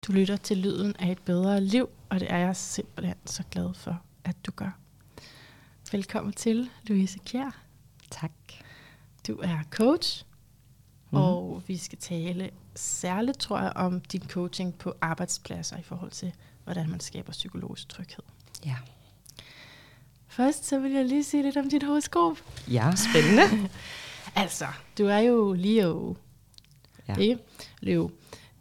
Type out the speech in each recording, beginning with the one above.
Du lytter til lyden af et bedre liv, og det er jeg simpelthen så glad for, at du gør. Velkommen til, Louise Kjær. Tak. Du er coach, og vi skal tale særligt, tror jeg, om din coaching på arbejdspladser i forhold til, hvordan man skaber psykologisk tryghed. Ja. Først så vil jeg lige sige lidt om dit horoskop. Ja, spændende. Altså, du er jo Leo. Ja. Ikke? Leo.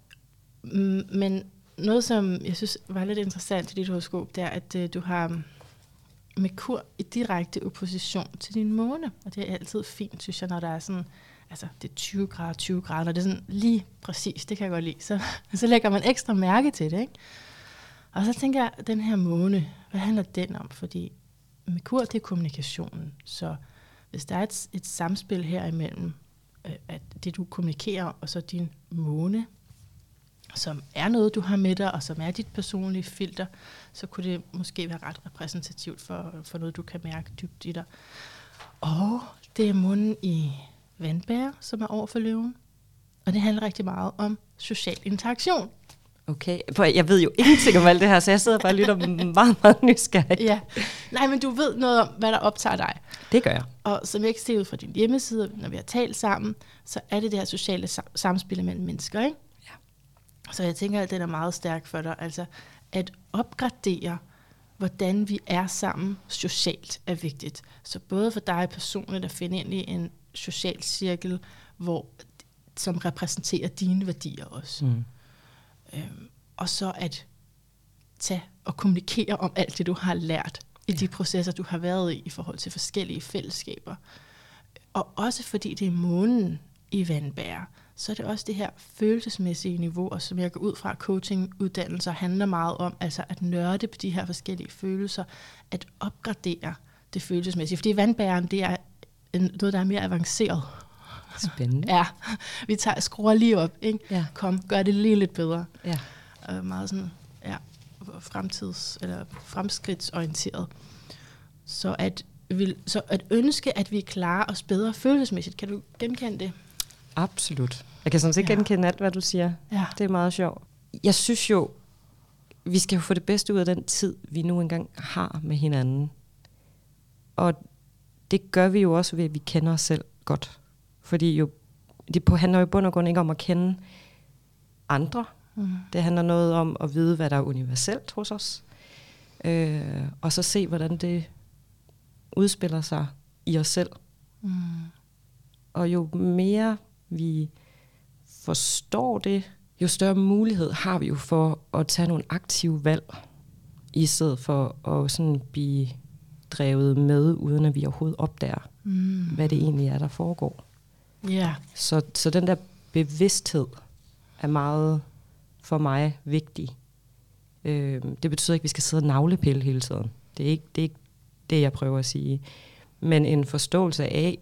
Men noget, som jeg synes var lidt interessant i dit horoskop, det er, at du har Merkur i direkte opposition til din måne. Og det er altid fint, synes jeg, når der er sådan, altså det er 20 grader, når det er sådan lige præcis, det kan jeg godt lide. Så lægger man ekstra mærke til det, ikke? Og så tænker jeg, den her måne, hvad handler den om? Fordi Merkur, det er kommunikationen. Så hvis der er et samspil her imellem, at det du kommunikerer, og så din måne, som er noget, du har med dig, og som er dit personlige filter, så kunne det måske være ret repræsentativt for noget, du kan mærke dybt i dig. Og det er månen i vandbærer, som er over for løven. Og det handler rigtig meget om social interaktion. Okay, for jeg ved jo ingenting om alt det her, så jeg sidder bare og lytter meget, meget nysgerrig. Ja. Nej, men du ved noget om, hvad der optager dig. Det gør jeg. Og som jeg kan se ud fra din hjemmeside, når vi har talt sammen, så er det her sociale samspil mellem mennesker, ikke? Ja. Så jeg tænker, at den er meget stærk for dig. Altså, at opgradere, hvordan vi er sammen socialt, er vigtigt. Så både for dig personligt at finde ind i en social cirkel, som repræsenterer dine værdier også. Og så at tage og kommunikere om alt det, du har lært i de processer, du har været i forhold til forskellige fællesskaber. Og også fordi det er månen i vandbærer, så er det også det her følelsesmæssige niveau, og som jeg går ud fra, coachinguddannelser handler meget om, altså at nørde på de her forskellige følelser, at opgradere det følelsesmæssige. Fordi vandbæren, det er noget, der er mere avanceret. Spændende. Ja, vi skruer lige op, ikke? Ja. Kom, gør det lige lidt bedre. Ja. Meget sådan, ja, eller fremskridtsorienteret. Så at ønske, at vi klarer os bedre følelsesmæssigt, kan du genkende det? Absolut. Jeg kan sådan set genkende alt, hvad du siger. Ja. Det er meget sjovt. Jeg synes jo, vi skal jo få det bedste ud af den tid, vi nu engang har med hinanden. Og det gør vi jo også ved, at vi kender os selv godt. Fordi det handler jo i bund og grund ikke om at kende andre. Det handler noget om at vide, hvad der er universelt hos os. Og så se, hvordan det udspiller sig i os selv. Og jo mere vi forstår det, jo større mulighed har vi jo for at tage nogle aktive valg, i stedet for at sådan blive drevet med, uden at vi overhovedet opdager, hvad det egentlig er, der foregår. Yeah. Så den der bevidsthed er meget for mig vigtig. Det betyder ikke, at vi skal sidde og navlepille hele tiden. Det er ikke det, jeg prøver at sige. Men en forståelse af,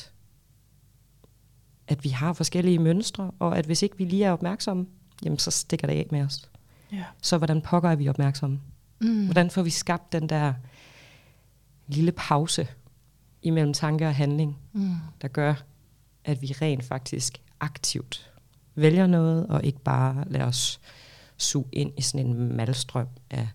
at vi har forskellige mønstre, og at hvis ikke vi lige er opmærksomme, jamen så stikker det af med os. Yeah. Så hvordan pokker er vi opmærksomme? Hvordan får vi skabt den der lille pause imellem tanke og handling, der gør, at vi rent faktisk aktivt vælger noget, og ikke bare lader os suge ind i sådan en malstrøm af...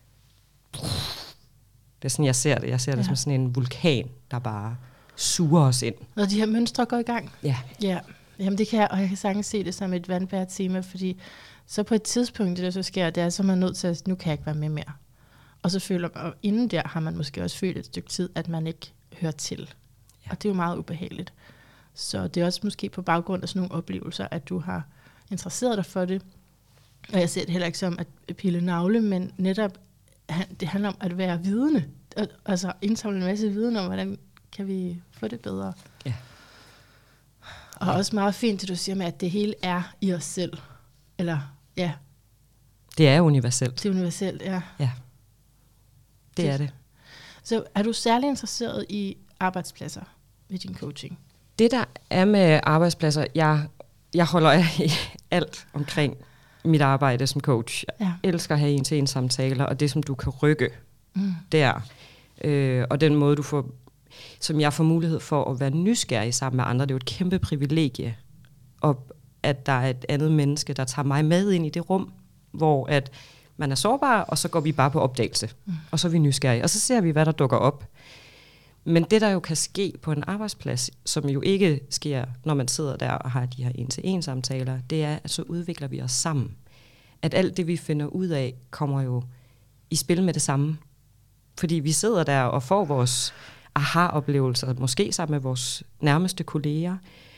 Det er sådan, jeg ser det. Jeg ser det som sådan en vulkan, der bare suger os ind. Når de her mønstre går i gang? Ja. Ja. Jamen det kan jeg, og jeg kan sagtens se det som et vandbært tema, fordi så på et tidspunkt, det der så sker, det er, så man er nødt til at nu kan jeg ikke være med mere. Og så føler man, og inden der har man måske også følt et stykke tid, at man ikke hører til. Ja. Og det er jo meget ubehageligt. Så det er også måske på baggrund af sådan nogle oplevelser, at du har interesseret dig for det. Og jeg ser det heller ikke som at pille navle, men netop, det handler om at være vidende. Altså indsamle en masse viden om, hvordan kan vi få det bedre. Ja. Og også meget fint, det du siger med, at det hele er i os selv. Eller, ja. Det er universelt. Det er universelt, ja. Ja. Det er det. Så er du særlig interesseret i arbejdspladser ved din coaching? Det der er med arbejdspladser, jeg holder af alt omkring mit arbejde som coach. Jeg elsker at have en-til-en samtaler, og det som du kan rykke der. Og den måde du får, som jeg får mulighed for at være nysgerrig sammen med andre, det er jo et kæmpe privilegie. Og at der er et andet menneske, der tager mig med ind i det rum, hvor at man er sårbar, og så går vi bare på opdagelse, og så er vi nysgerrige, og så ser vi, hvad der dukker op. Men det, der jo kan ske på en arbejdsplads, som jo ikke sker, når man sidder der og har de her en-til-en samtaler, det er, at så udvikler vi os sammen. At alt det, vi finder ud af, kommer jo i spil med det samme. Fordi vi sidder der og får vores aha-oplevelser, måske sammen med vores nærmeste kolleger,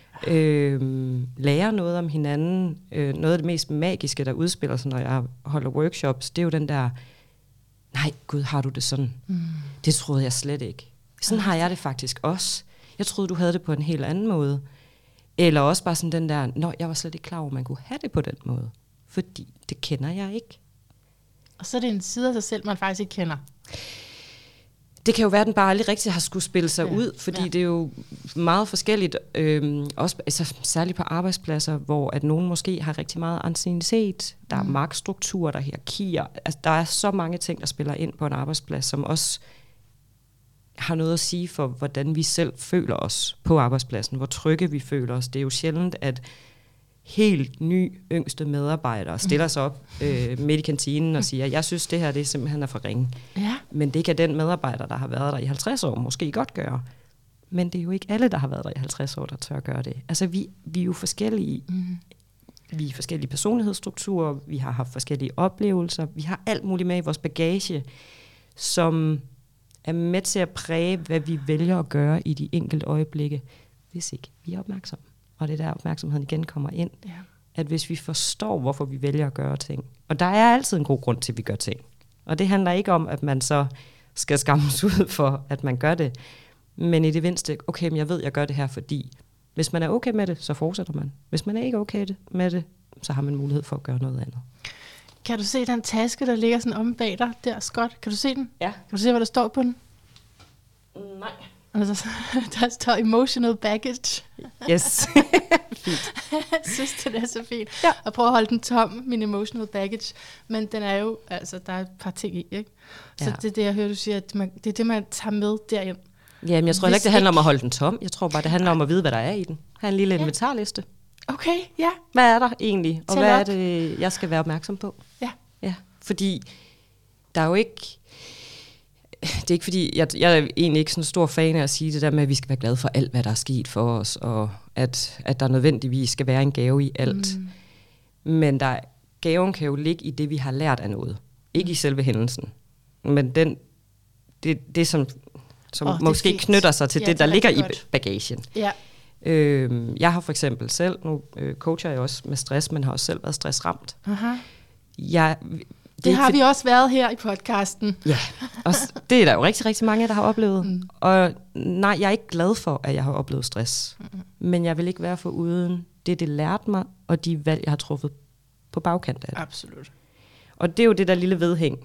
lærer noget om hinanden. Noget af det mest magiske, der udspiller sig, når jeg holder workshops, det er jo den der, nej, Gud, har du det sådan? Det troede jeg slet ikke. Sådan har jeg det faktisk også. Jeg troede, du havde det på en helt anden måde. Eller også bare sådan den der, jeg var slet ikke klar over, man kunne have det på den måde. Fordi det kender jeg ikke. Og så er det en side af sig selv, man faktisk ikke kender. Det kan jo være, at den bare aldrig rigtig har skulle spille sig ud, fordi det er jo meget forskelligt, også altså, særligt på arbejdspladser, hvor at nogen måske har rigtig meget anciennitet, der er magtstrukturer, der er hierarkier, altså der er så mange ting, der spiller ind på en arbejdsplads, som også har noget at sige for, hvordan vi selv føler os på arbejdspladsen, hvor trygge vi føler os. Det er jo sjældent, at helt ny yngste medarbejdere stiller sig op midt i kantinen og siger, jeg synes, det her det er simpelthen er for ringe. Ja. Men det kan den medarbejder, der har været der i 50 år, måske godt gøre. Men det er jo ikke alle, der har været der i 50 år, der tør gøre det. Altså, vi er jo forskellige. Vi er forskellige personlighedsstrukturer, vi har haft forskellige oplevelser, vi har alt muligt med i vores bagage, som er med til at præge, hvad vi vælger at gøre i de enkelte øjeblikke, hvis ikke vi er opmærksomme. Og det der opmærksomheden igen kommer ind, at hvis vi forstår, hvorfor vi vælger at gøre ting, og der er altid en god grund til, at vi gør ting. Og det handler ikke om, at man så skal skammes ud for, at man gør det, men i det mindste, okay, men jeg ved, at jeg gør det her, fordi hvis man er okay med det, så fortsætter man. Hvis man er ikke okay med det, så har man mulighed for at gøre noget andet. Kan du se den taske, der ligger sådan om bag dig der, Scott? Kan du se den? Ja. Kan du se, hvad der står på den? Nej. Altså, der står emotional baggage. Yes. Fint. Jeg synes, det er så fint. Ja. Og prøv at holde den tom, min emotional baggage. Men den er jo, altså, der er et par ting i, ikke? Så det er det, jeg hører, du siger, at det er det, man tager med derind. Ja, men jeg tror heller ikke, det handler om at holde den tom. Jeg tror bare, det handler om at vide, hvad der er i den. Ha' en lille inventarliste. Okay, ja. Hvad er der egentlig? Og hvad er det, jeg skal være opmærksom på? Ja. Ja, fordi der er jo ikke... Det er ikke fordi, jeg er egentlig ikke sådan en stor fan af at sige det der med, at vi skal være glade for alt, hvad der er sket for os, og at der nødvendigvis skal være en gave i alt. Men gaven kan jo ligge i det, vi har lært af noget. Ikke i selve hændelsen. Men det som måske knytter sig til det, der ligger i bagagen. Ja. Jeg har for eksempel selv, nu coacher jeg også med stress, men har også selv været stressramt. Aha. Det har vi også været her i podcasten. Ja, og det er der jo rigtig, rigtig mange, der har oplevet. Og nej, jeg er ikke glad for, at jeg har oplevet stress. Men jeg vil ikke være foruden det lærte mig, og de valg, jeg har truffet på bagkant af det. Absolut. Og det er jo det der lille vedhæng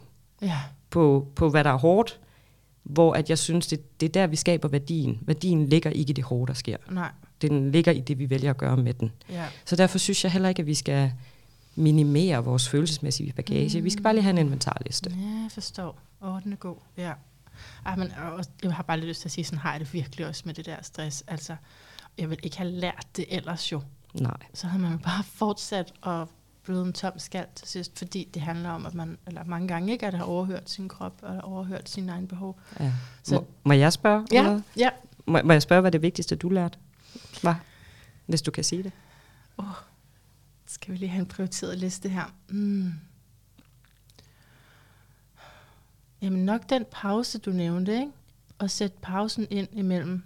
på hvad der er hårdt, hvor at jeg synes, det er der, vi skaber værdien. Værdien ligger ikke i det hårde, der sker. Nej. Den ligger i det, vi vælger at gøre med den. Ja. Så derfor synes jeg heller ikke, at vi skal minimere vores følelsesmæssige bagage. Vi skal bare lige have en inventarliste. Ja, jeg forstår. Den er god. Ja. Men jeg har bare lidt lyst til at sige, sådan har jeg det virkelig også med det der stress. Altså, jeg vil ikke have lært det ellers jo. Nej. Så havde man bare fortsat at bløde en tom skal til sidst, fordi det handler om, at man, eller mange gange ikke, at have overhørt sin krop, eller overhørt sin egen behov. Ja. Så, må jeg spørge? Ja. Må jeg spørge, hvad det vigtigste, du lærte var? Hvis du kan sige det. Skal vi lige have en prioriteret liste her? Jamen nok den pause, du nævnte, ikke? Og sætte pausen ind imellem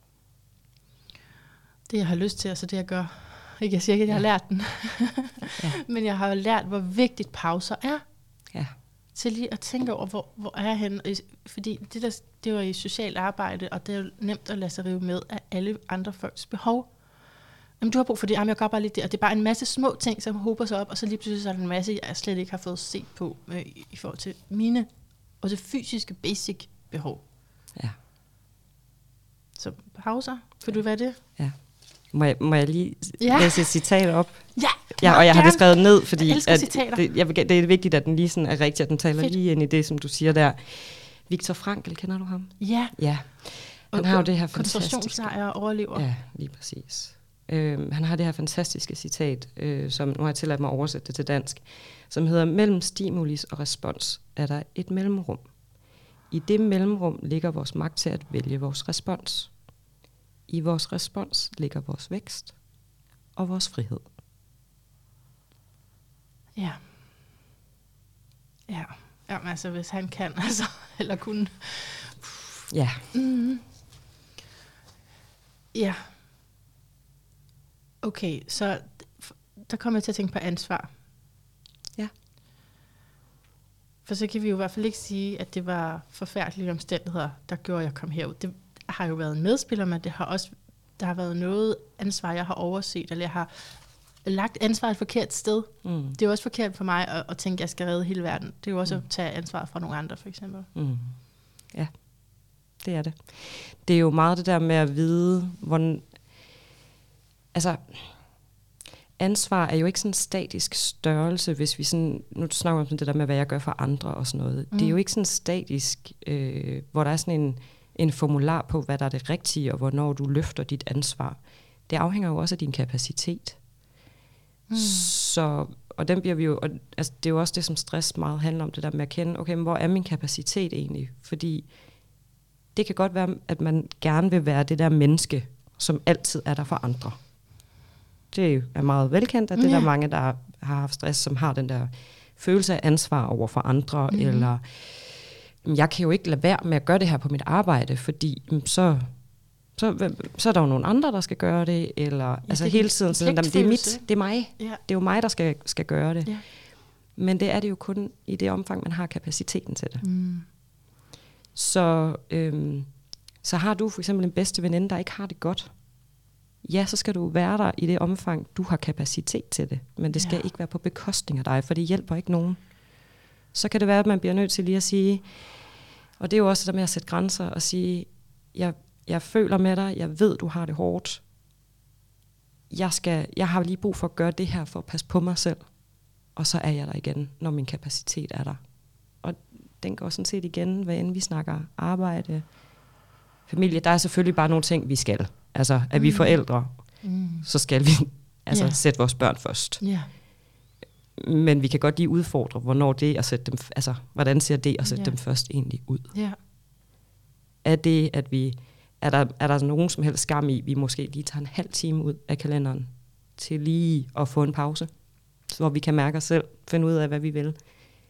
det, jeg har lyst til, og så det, jeg gør. Ikke, jeg siger ikke, at jeg har lært den. Men jeg har jo lært, hvor vigtigt pauser er. Ja. Til lige at tænke over, hvor er jeg henne. Fordi det var i socialt arbejde, og det er jo nemt at lade sig rive med af alle andre folks behov. Jamen, du har brug for det, jeg gør bare lidt det, og det er bare en masse små ting, som hober sig op, og så lige pludselig så er der en masse, jeg slet ikke har fået set på, i forhold til mine, også fysiske basic behov. Ja. Så pauser, kan du være det? Ja. Må jeg lige læse et citat op? Ja, og jeg har det skrevet ned, fordi det er vigtigt, at den lige sådan er rigtig, at den taler lige ind i det, som du siger der. Viktor Frankl, kender du ham? Ja. Han har jo det her fantastiske... Koncentrationslejr og overlever. Ja, lige præcis. Han har det her fantastiske citat, som nu har jeg tilladt mig at oversætte det til dansk, som hedder mellem stimulis og respons, er der et mellemrum. I det mellemrum ligger vores magt til at vælge vores respons. I vores respons ligger vores vækst og vores frihed. Ja. Ja. Jamen altså, hvis han kan, altså, eller kunne. Ja. Mm-hmm. Ja. Okay, så der kommer jeg til at tænke på ansvar. Ja. For så kan vi jo i hvert fald ikke sige, at det var forfærdelige omstændigheder, der gjorde, at jeg kom herud. Det har jo været en medspiller, men der har været noget ansvar, jeg har overset, eller jeg har lagt ansvaret et forkert sted. Mm. Det er jo også forkert for mig at tænke, at jeg skal redde hele verden. Det er jo også at tage ansvar fra nogle andre, for eksempel. Mm. Ja, det er det. Det er jo meget det der med at vide, hvordan... Altså, ansvar er jo ikke sådan en statisk størrelse, hvis vi sådan... Nu snakker vi om sådan det der med, hvad jeg gør for andre og sådan noget. Det er jo ikke sådan statisk, hvor der er sådan en formular på, hvad der er det rigtige, og hvornår du løfter dit ansvar. Det afhænger jo også af din kapacitet. Så, og den bliver vi jo, og, altså, det er jo også det, som stress meget handler om, det der med at kende, okay, men hvor er min kapacitet egentlig? Fordi det kan godt være, at man gerne vil være det der menneske, som altid er der for andre. Det er meget velkendt, at det der mange, der har haft stress, som har den der følelse af ansvar over for andre, eller jeg kan jo ikke lade være med at gøre det her på mit arbejde, fordi så er der jo nogle andre, der skal gøre det, eller altså hele tiden sådan, det er mit, det er mig. Ja. Det er jo mig, der skal gøre det. Ja. Men det er det jo kun i det omfang, man har kapaciteten til det. Mm. Så har du for eksempel en bedste veninde, der ikke har det godt. Ja, så skal du være der i det omfang, du har kapacitet til det. Men det skal ikke være på bekostning af dig, for det hjælper ikke nogen. Så kan det være, at man bliver nødt til lige at sige, og det er jo også det der med at sætte grænser og sige, jeg føler med dig, jeg ved, du har det hårdt. Jeg har lige brug for at gøre det her, for at passe på mig selv. Og så er jeg der igen, når min kapacitet er der. Og den går sådan set igen, hvad end vi snakker arbejde, familie. Der er selvfølgelig bare nogle ting, vi skal. Altså, er vi forældre, så skal vi sætte vores børn først. Yeah. Men vi kan godt lige udfordre, hvornår det at sætte dem, altså, hvordan ser det at sætte dem først egentlig ud? Yeah. Er det, at vi... Er der nogen som helst skam i, vi måske lige tager en halv time ud af kalenderen til lige at få en pause, hvor vi kan mærke os selv, finde ud af, hvad vi vil?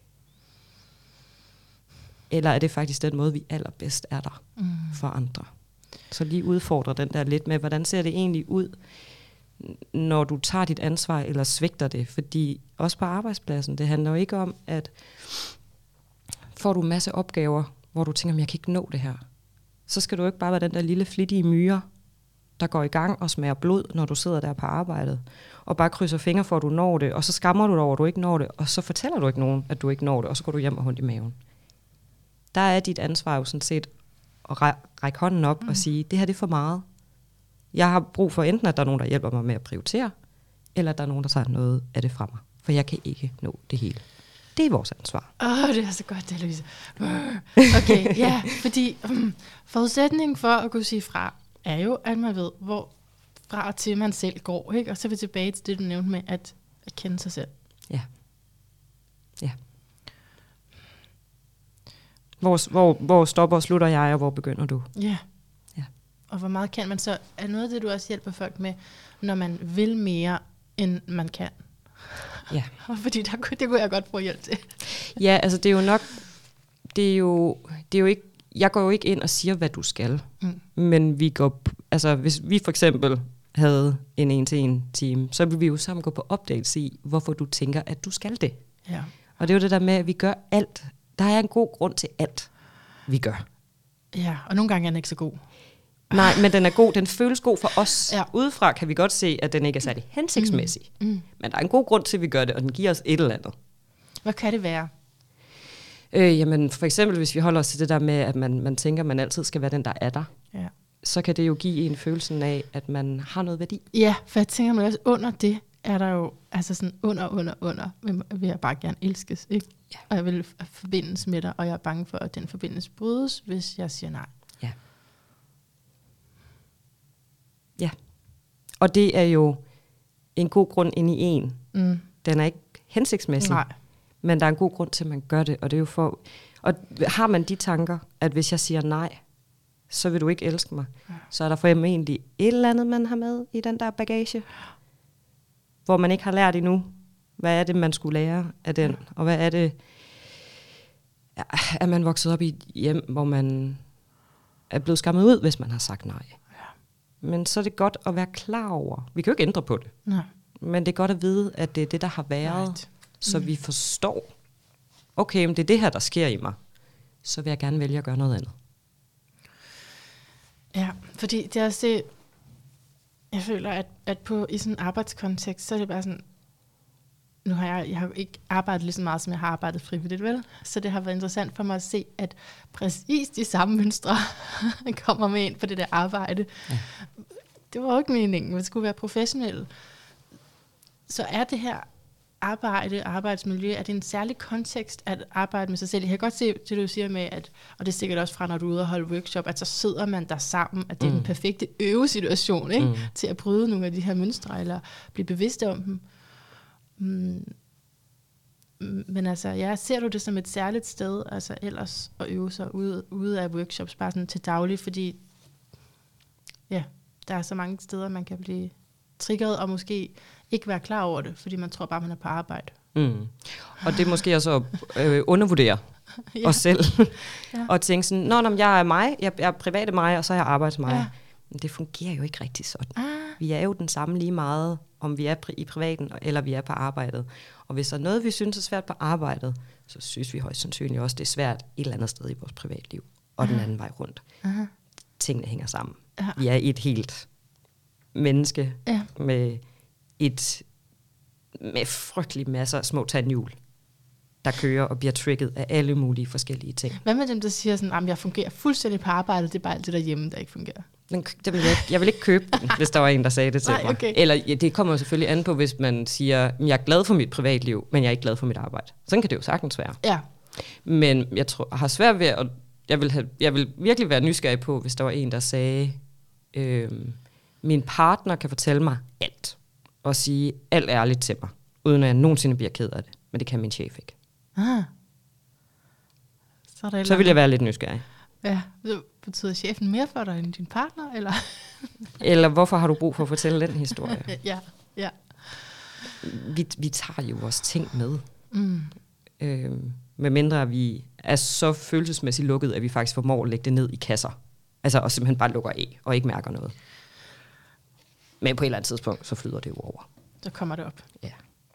Eller er det faktisk den måde, vi allerbedst er der for andre? Så lige udfordre den der lidt med, hvordan ser det egentlig ud, når du tager dit ansvar eller svigter det? Fordi også på arbejdspladsen, det handler jo ikke om, at får du en masse opgaver, hvor du tænker, jeg kan ikke nå det her. Så skal du ikke bare være den der lille flittige myre, der går i gang og smager blod, når du sidder der på arbejdet, og bare krydser fingre for, at du når det, og så skammer du dig over, at du ikke når det, og så fortæller du ikke nogen, at du ikke når det, og så går du hjem og har ondt i maven. Der er dit ansvar jo sådan set at række hånden op og sige, det her det er for meget. Jeg har brug for enten, at der er nogen, der hjælper mig med at prioritere, eller at der er nogen, der tager noget af det fra mig, for jeg kan ikke nå det hele. Det er vores ansvar. Det er så godt, det, Louise. Okay, ja, fordi forudsætningen for at kunne sige fra, er jo, at man ved, hvor fra og til man selv går, ikke? Og så er vi tilbage til det, du nævnte med, at kende sig selv. Ja. Ja. Hvor stopper og slutter jeg, og hvor begynder du? Ja. Og hvor meget kan man så? Er noget af det, du også hjælper folk med, når man vil mere, end man kan? Ja. Fordi det kunne jeg godt få hjælp til. Ja, altså det er jo nok, det er jo ikke, jeg går jo ikke ind og siger, hvad du skal. Men vi går, altså hvis vi for eksempel havde en 1-til-1 team, så ville vi jo sammen gå på updates i, hvorfor du tænker, at du skal det. Ja. Og det er jo det der med, at vi gør alt. Der er en god grund til alt, vi gør. Ja, og nogle gange er den ikke så god. Nej, men den er god. Den føles god for os. Ja. Udefra kan vi godt se, at den ikke er særlig hensigtsmæssig. Men der er en god grund til, at vi gør det, og den giver os et eller andet. Hvad kan det være? Jamen, for eksempel, hvis vi holder os til det der med, at man tænker, at man altid skal være den, der er der. Ja. Så kan det jo give en følelsen af, at man har noget værdi. Ja, for jeg tænker mig også, under det er der jo, altså sådan under, vil jeg bare gerne elskes, ikke? Ja. Og jeg vil forbindes med dig, og jeg er bange for, at den forbindelse brydes, hvis jeg siger nej. Ja. Ja. Og det er jo en god grund inde i en. Den er ikke hensigtsmæssig. Nej. Men der er en god grund til, at man gør det, og det er jo for... Og har man de tanker, at hvis jeg siger nej, så vil du ikke elske mig, så er der formentlig et eller andet, man har med i den der bagage, hvor man ikke har lært endnu, hvad er det, man skulle lære af den, og hvad er det, er man vokset op i et hjem, hvor man er blevet skammet ud, hvis man har sagt nej. Men så er det godt at være klar over, vi kan jo ikke ændre på det, men det er godt at vide, at det er det, der har været, så vi forstår, okay, men det er det her, der sker i mig, så vil jeg gerne vælge at gøre noget andet. Ja, fordi det er også det, jeg føler, at på i sådan en arbejdskontekst, så er det bare sådan, nu har jeg har jo ikke arbejdet lige så meget, som jeg har arbejdet frivilligt, vel? Så det har været interessant for mig at se, at præcis de samme mønstre kommer med ind på det der arbejde. Ja. Det var jo ikke meningen, man skulle være professionel. Så er det her arbejdsmiljø, er det en særlig kontekst at arbejde med sig selv? Jeg kan godt se det, du siger med, at, og det er sikkert også fra, når du er ude og holde workshop, at så sidder man der sammen, at det er den perfekte øvesituation, ikke? Til at bryde nogle af de her mønstre, eller blive bevidst om dem. Men altså, ser du det som et særligt sted, altså ellers at øve sig ude af workshops, bare sådan til daglig, fordi der er så mange steder, man kan blive triggeret, og måske ikke være klar over det, fordi man tror bare, man er på arbejde. Og det er måske også at undervurdere os selv, og tænke sådan, jeg er mig, jeg er private mig, og så er jeg arbejds mig. Men det fungerer jo ikke rigtig sådan. Vi er jo den samme lige meget, om vi er i privaten, eller vi er på arbejdet. Og hvis der er noget, vi synes er svært på arbejdet, så synes vi højst sandsynligt også, det er svært et eller andet sted i vores privatliv, og den anden vej rundt. Tingene hænger sammen. Vi er et helt menneske med frygtelig masser af små tandhjul, der kører og bliver trigget af alle mulige forskellige ting. Hvad med dem, der siger sådan, at jeg fungerer fuldstændig på arbejdet, det er bare alt det derhjemme, der ikke fungerer? Jeg vil ikke købe den, hvis der var en, der sagde det til mig. Okay. Eller det kommer jo selvfølgelig an på, hvis man siger, jeg er glad for mit privatliv, men jeg er ikke glad for mit arbejde. Sådan kan det jo sagtens være. Ja. Men jeg har svært ved at... Jeg vil virkelig være nysgerrig på, hvis der var en, der sagde, min partner kan fortælle mig alt, og sige alt ærligt til mig, uden at jeg nogensinde bliver ked af det. Men det kan min chef ikke. Så vil jeg være lidt nysgerrig. Ja, betyder chefen mere for dig end din partner, eller? Eller hvorfor har du brug for at fortælle den historie? Ja. Vi tager jo vores ting med. Med mindre vi er så følelsesmæssigt lukket, at vi faktisk formår at lægge det ned i kasser. Altså, og simpelthen bare lukker af, og ikke mærker noget. Men på et eller andet tidspunkt, så flyder det jo over. Så kommer det op. Ja.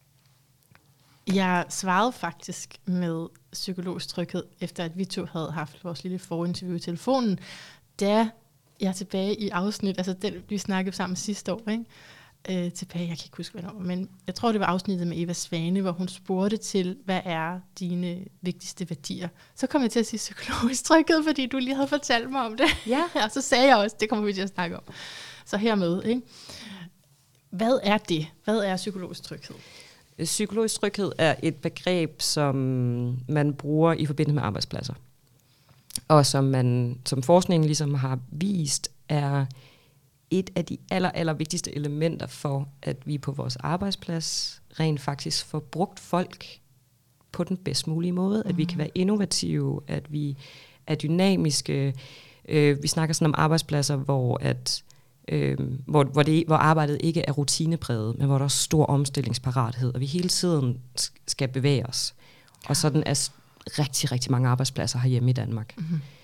Jeg svarede faktisk med psykologisk tryghed, efter at vi to havde haft vores lille forinterview i telefonen, da jeg er tilbage i afsnit, altså den, vi snakkede sammen sidste år, ikke? Tilbage, jeg kan ikke huske, hvornår, men jeg tror, det var afsnittet med Eva Svane, hvor hun spurgte til, hvad er dine vigtigste værdier? Så kom jeg til at sige psykologisk tryghed, fordi du lige havde fortalt mig om det. Ja. Og så sagde jeg også, det kommer vi til at snakke om. Så hermed, ikke? Hvad er det? Hvad er psykologisk tryghed? Psykologisk tryghed er et begreb, som man bruger i forbindelse med arbejdspladser. Og som forskningen ligesom har vist, er et af de aller vigtigste elementer for, at vi på vores arbejdsplads rent faktisk får brugt folk på den bedst mulige måde. At vi kan være innovative, at vi er dynamiske. Vi snakker sådan om arbejdspladser, hvor arbejdet ikke er rutinepræget, men hvor der er stor omstillingsparathed, og vi hele tiden skal bevæge os. Og sådan er rigtig, rigtig mange arbejdspladser herhjemme i Danmark.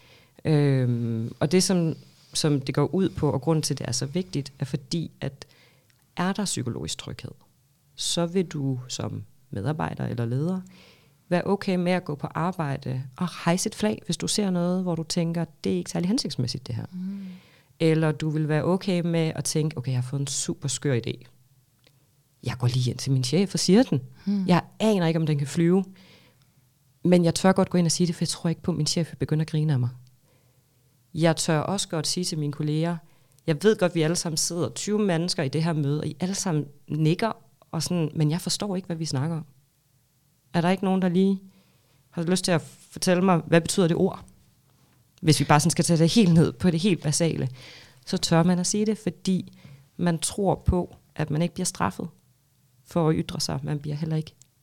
Og det, som det går ud på, og grunden til, at det er så vigtigt, er fordi, at er der psykologisk tryghed, så vil du som medarbejder eller leder være okay med at gå på arbejde og hejse et flag, hvis du ser noget, hvor du tænker, det er ikke særlig hensigtsmæssigt det her. Eller du vil være okay med at tænke, okay, jeg har fået en super skør idé. Jeg går lige ind til min chef og siger den. Jeg aner ikke, om den kan flyve. Men jeg tør godt gå ind og sige det, for jeg tror ikke på, at min chef vil begynde at grine af mig. Jeg tør også godt sige til mine kolleger, jeg ved godt, at vi alle sammen sidder 20 mennesker i det her møde, og I alle sammen nikker, og sådan, men jeg forstår ikke, hvad vi snakker om. Er der ikke nogen, der lige har lyst til at fortælle mig, hvad betyder det ord? Hvis vi bare sådan skal tage det helt ned på det helt basale, så tør man at sige det, fordi man tror på, at man ikke bliver straffet for at ytre sig. Man bliver heller ikke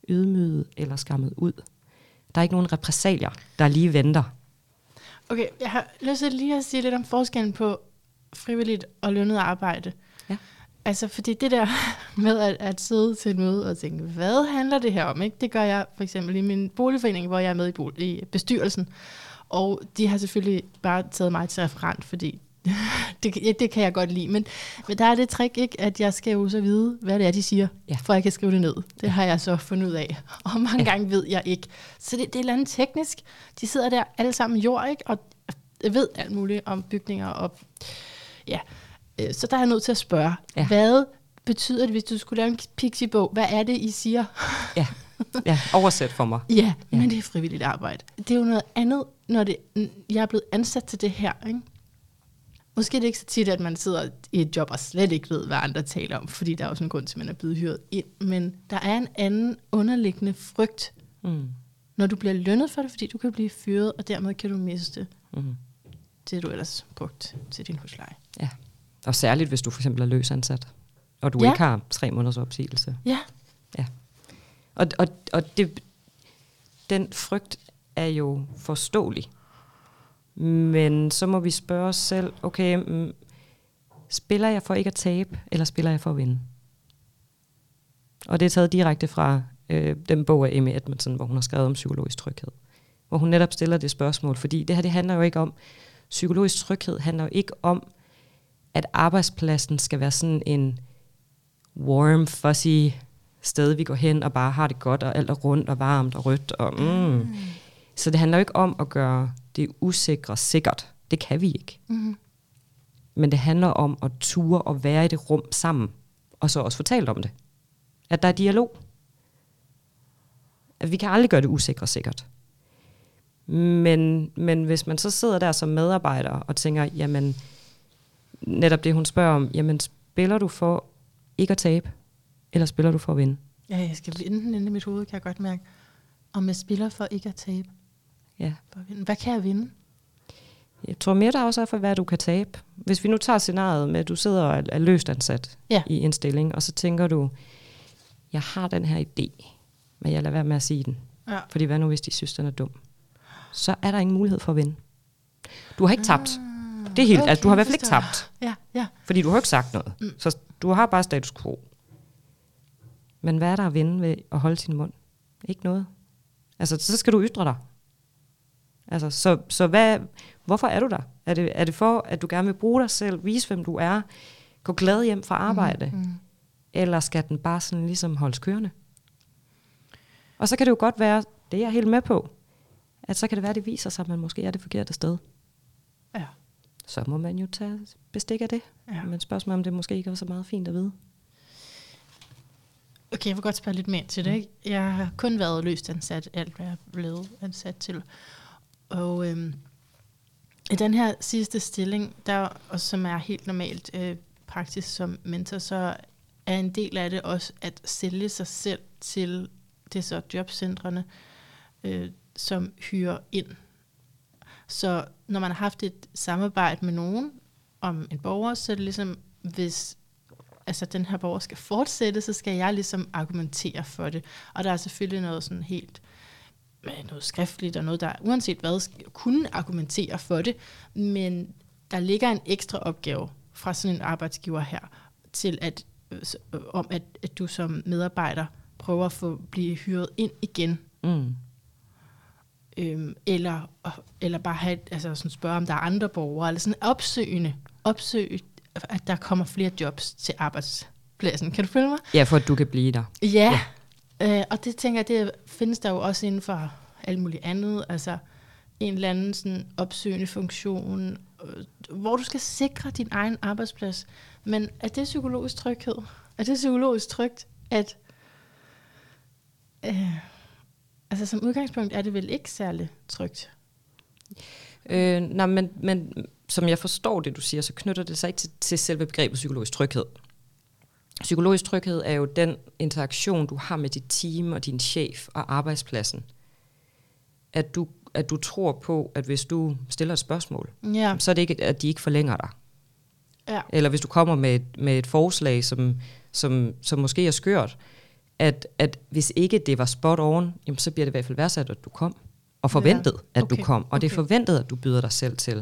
ydmyget eller skammet ud. Der er ikke nogen repressalier, der lige venter. Okay, jeg har lyst til lige at sige lidt om forskellen på frivilligt og lønnet arbejde. Ja. Altså, fordi det der med at sidde til et møde og tænke, hvad handler det her om? Ikke? Det gør jeg for eksempel i min boligforening, hvor jeg er med i bestyrelsen. Og de har selvfølgelig bare taget mig til referent, fordi det kan jeg godt lide. Men der er det trick, ikke, at jeg skal jo så vide, hvad det er, de siger, for jeg kan skrive det ned. Det har jeg så fundet ud af. Og mange gange ved jeg ikke. Så det er et eller andet teknisk. De sidder der alle sammen jord, ikke? Og ved alt muligt om bygninger. Og, ja. Så der er jeg nødt til at spørge, hvad betyder det, hvis du skulle lave en pixie-bog? Hvad er det, I siger? Ja, oversæt for mig. Ja, men det er frivilligt arbejde. Det er jo noget andet, når jeg er blevet ansat til det her, ikke? Måske er det ikke så tit, at man sidder i et job og slet ikke ved, hvad andre taler om, fordi der er også en grund til, at man er blevet hyret ind. Men der er en anden underliggende frygt, når du bliver lønnet for det, fordi du kan blive fyret, og dermed kan du miste det, du ellers brugt til din husleje. Ja, og særligt, hvis du for eksempel er løsansat, og du ikke har 3 måneders opsigelse. Ja. Og den frygt er jo forståelig. Men så må vi spørge os selv, okay, spiller jeg for ikke at tabe, eller spiller jeg for at vinde? Og det er taget direkte fra den bog af Amy Edmondson, hvor hun har skrevet om psykologisk tryghed. Hvor hun netop stiller det spørgsmål, fordi det her, det handler jo ikke om, psykologisk tryghed handler jo ikke om, at arbejdspladsen skal være sådan en warm, fuzzy sted, vi går hen og bare har det godt, og alt er rundt og varmt og rødt. Så det handler jo ikke om at gøre det usikre sikkert. Det kan vi ikke. Men det handler om at ture og være i det rum sammen, og så også fortælle om det. At der er dialog. At vi kan aldrig gøre det usikre sikkert. Men hvis man så sidder der som medarbejder og tænker, jamen, netop det hun spørger om, jamen, spiller du for ikke at tabe, eller spiller du for at vinde? Ja, jeg skal vinde den inde i mit hoved, kan jeg godt mærke. Om jeg spiller for ikke at tabe. Ja. Hvad kan jeg vinde? Jeg tror mere, der også er for, hvad du kan tabe. Hvis vi nu tager scenariet med, at du sidder og er løst ansat i en stilling, og så tænker du, jeg har den her idé, men jeg lader være med at sige den. Ja. Fordi hvad nu, hvis de synes, den er dum? Så er der ingen mulighed for at vinde. Du har ikke tabt. Det er helt, okay, du har i hvert fald ikke tabt. Ja. Fordi du har ikke sagt noget. Så du har bare status quo. Men hvad er der at vinde ved at holde sin mund? Ikke noget. Altså, så skal du ytre dig. Altså, så hvorfor er du der? Er det for, at du gerne vil bruge dig selv, vise, hvem du er, gå glad hjem fra arbejde? Eller skal den bare sådan ligesom holdes kørende? Og så kan det jo godt være, det er jeg helt med på, at så kan det være, det viser sig, at man måske er det forkerte sted. Ja. Så må man jo tage bestik af det. Ja. Men spørgsmålet om det måske ikke er så meget fint at vide. Okay, jeg vil godt spørge lidt mere til det. Ikke? Jeg har kun været løst ansat, alt hvad jeg er blevet ansat til. Og i den her sidste stilling, der, og som er helt normalt praktisk som mentor, så er en del af det også at sælge sig selv til det så jobcentrene, som hyrer ind. Så når man har haft et samarbejde med nogen om en borger, så er det ligesom, hvis den her borger skal fortsætte, så skal jeg ligesom argumentere for det. Og der er selvfølgelig noget sådan helt noget skriftligt og noget, der uanset hvad, skal kunne argumentere for det, men der ligger en ekstra opgave fra sådan en arbejdsgiver her, til at du som medarbejder prøver at blive hyret ind igen. Eller bare have, sådan spørge, om der er andre borgere, eller sådan opsøge, at der kommer flere jobs til arbejdspladsen. Kan du følge mig? Ja, for at du kan blive der. Ja. Og det tænker jeg, det findes der jo også inden for alt muligt andet, altså en eller anden sådan opsøgende funktion, hvor du skal sikre din egen arbejdsplads. Men er det psykologisk tryghed? Er det psykologisk trygt, at som udgangspunkt er det vel ikke særlig trygt? Nej, men som jeg forstår det, du siger, så knytter det sig ikke til selve begrebet psykologisk tryghed. Psykologisk tryghed er jo den interaktion, du har med dit team og din chef og arbejdspladsen. At du tror på, at hvis du stiller et spørgsmål, så er det ikke, at de ikke forlænger dig. Ja. Eller hvis du kommer med et forslag, som måske er skørt, at hvis ikke det var spot on, jamen, så bliver det i hvert fald værdsat, at du kom. Og forventet, at du kom. Og det er forventet, at du byder dig selv til.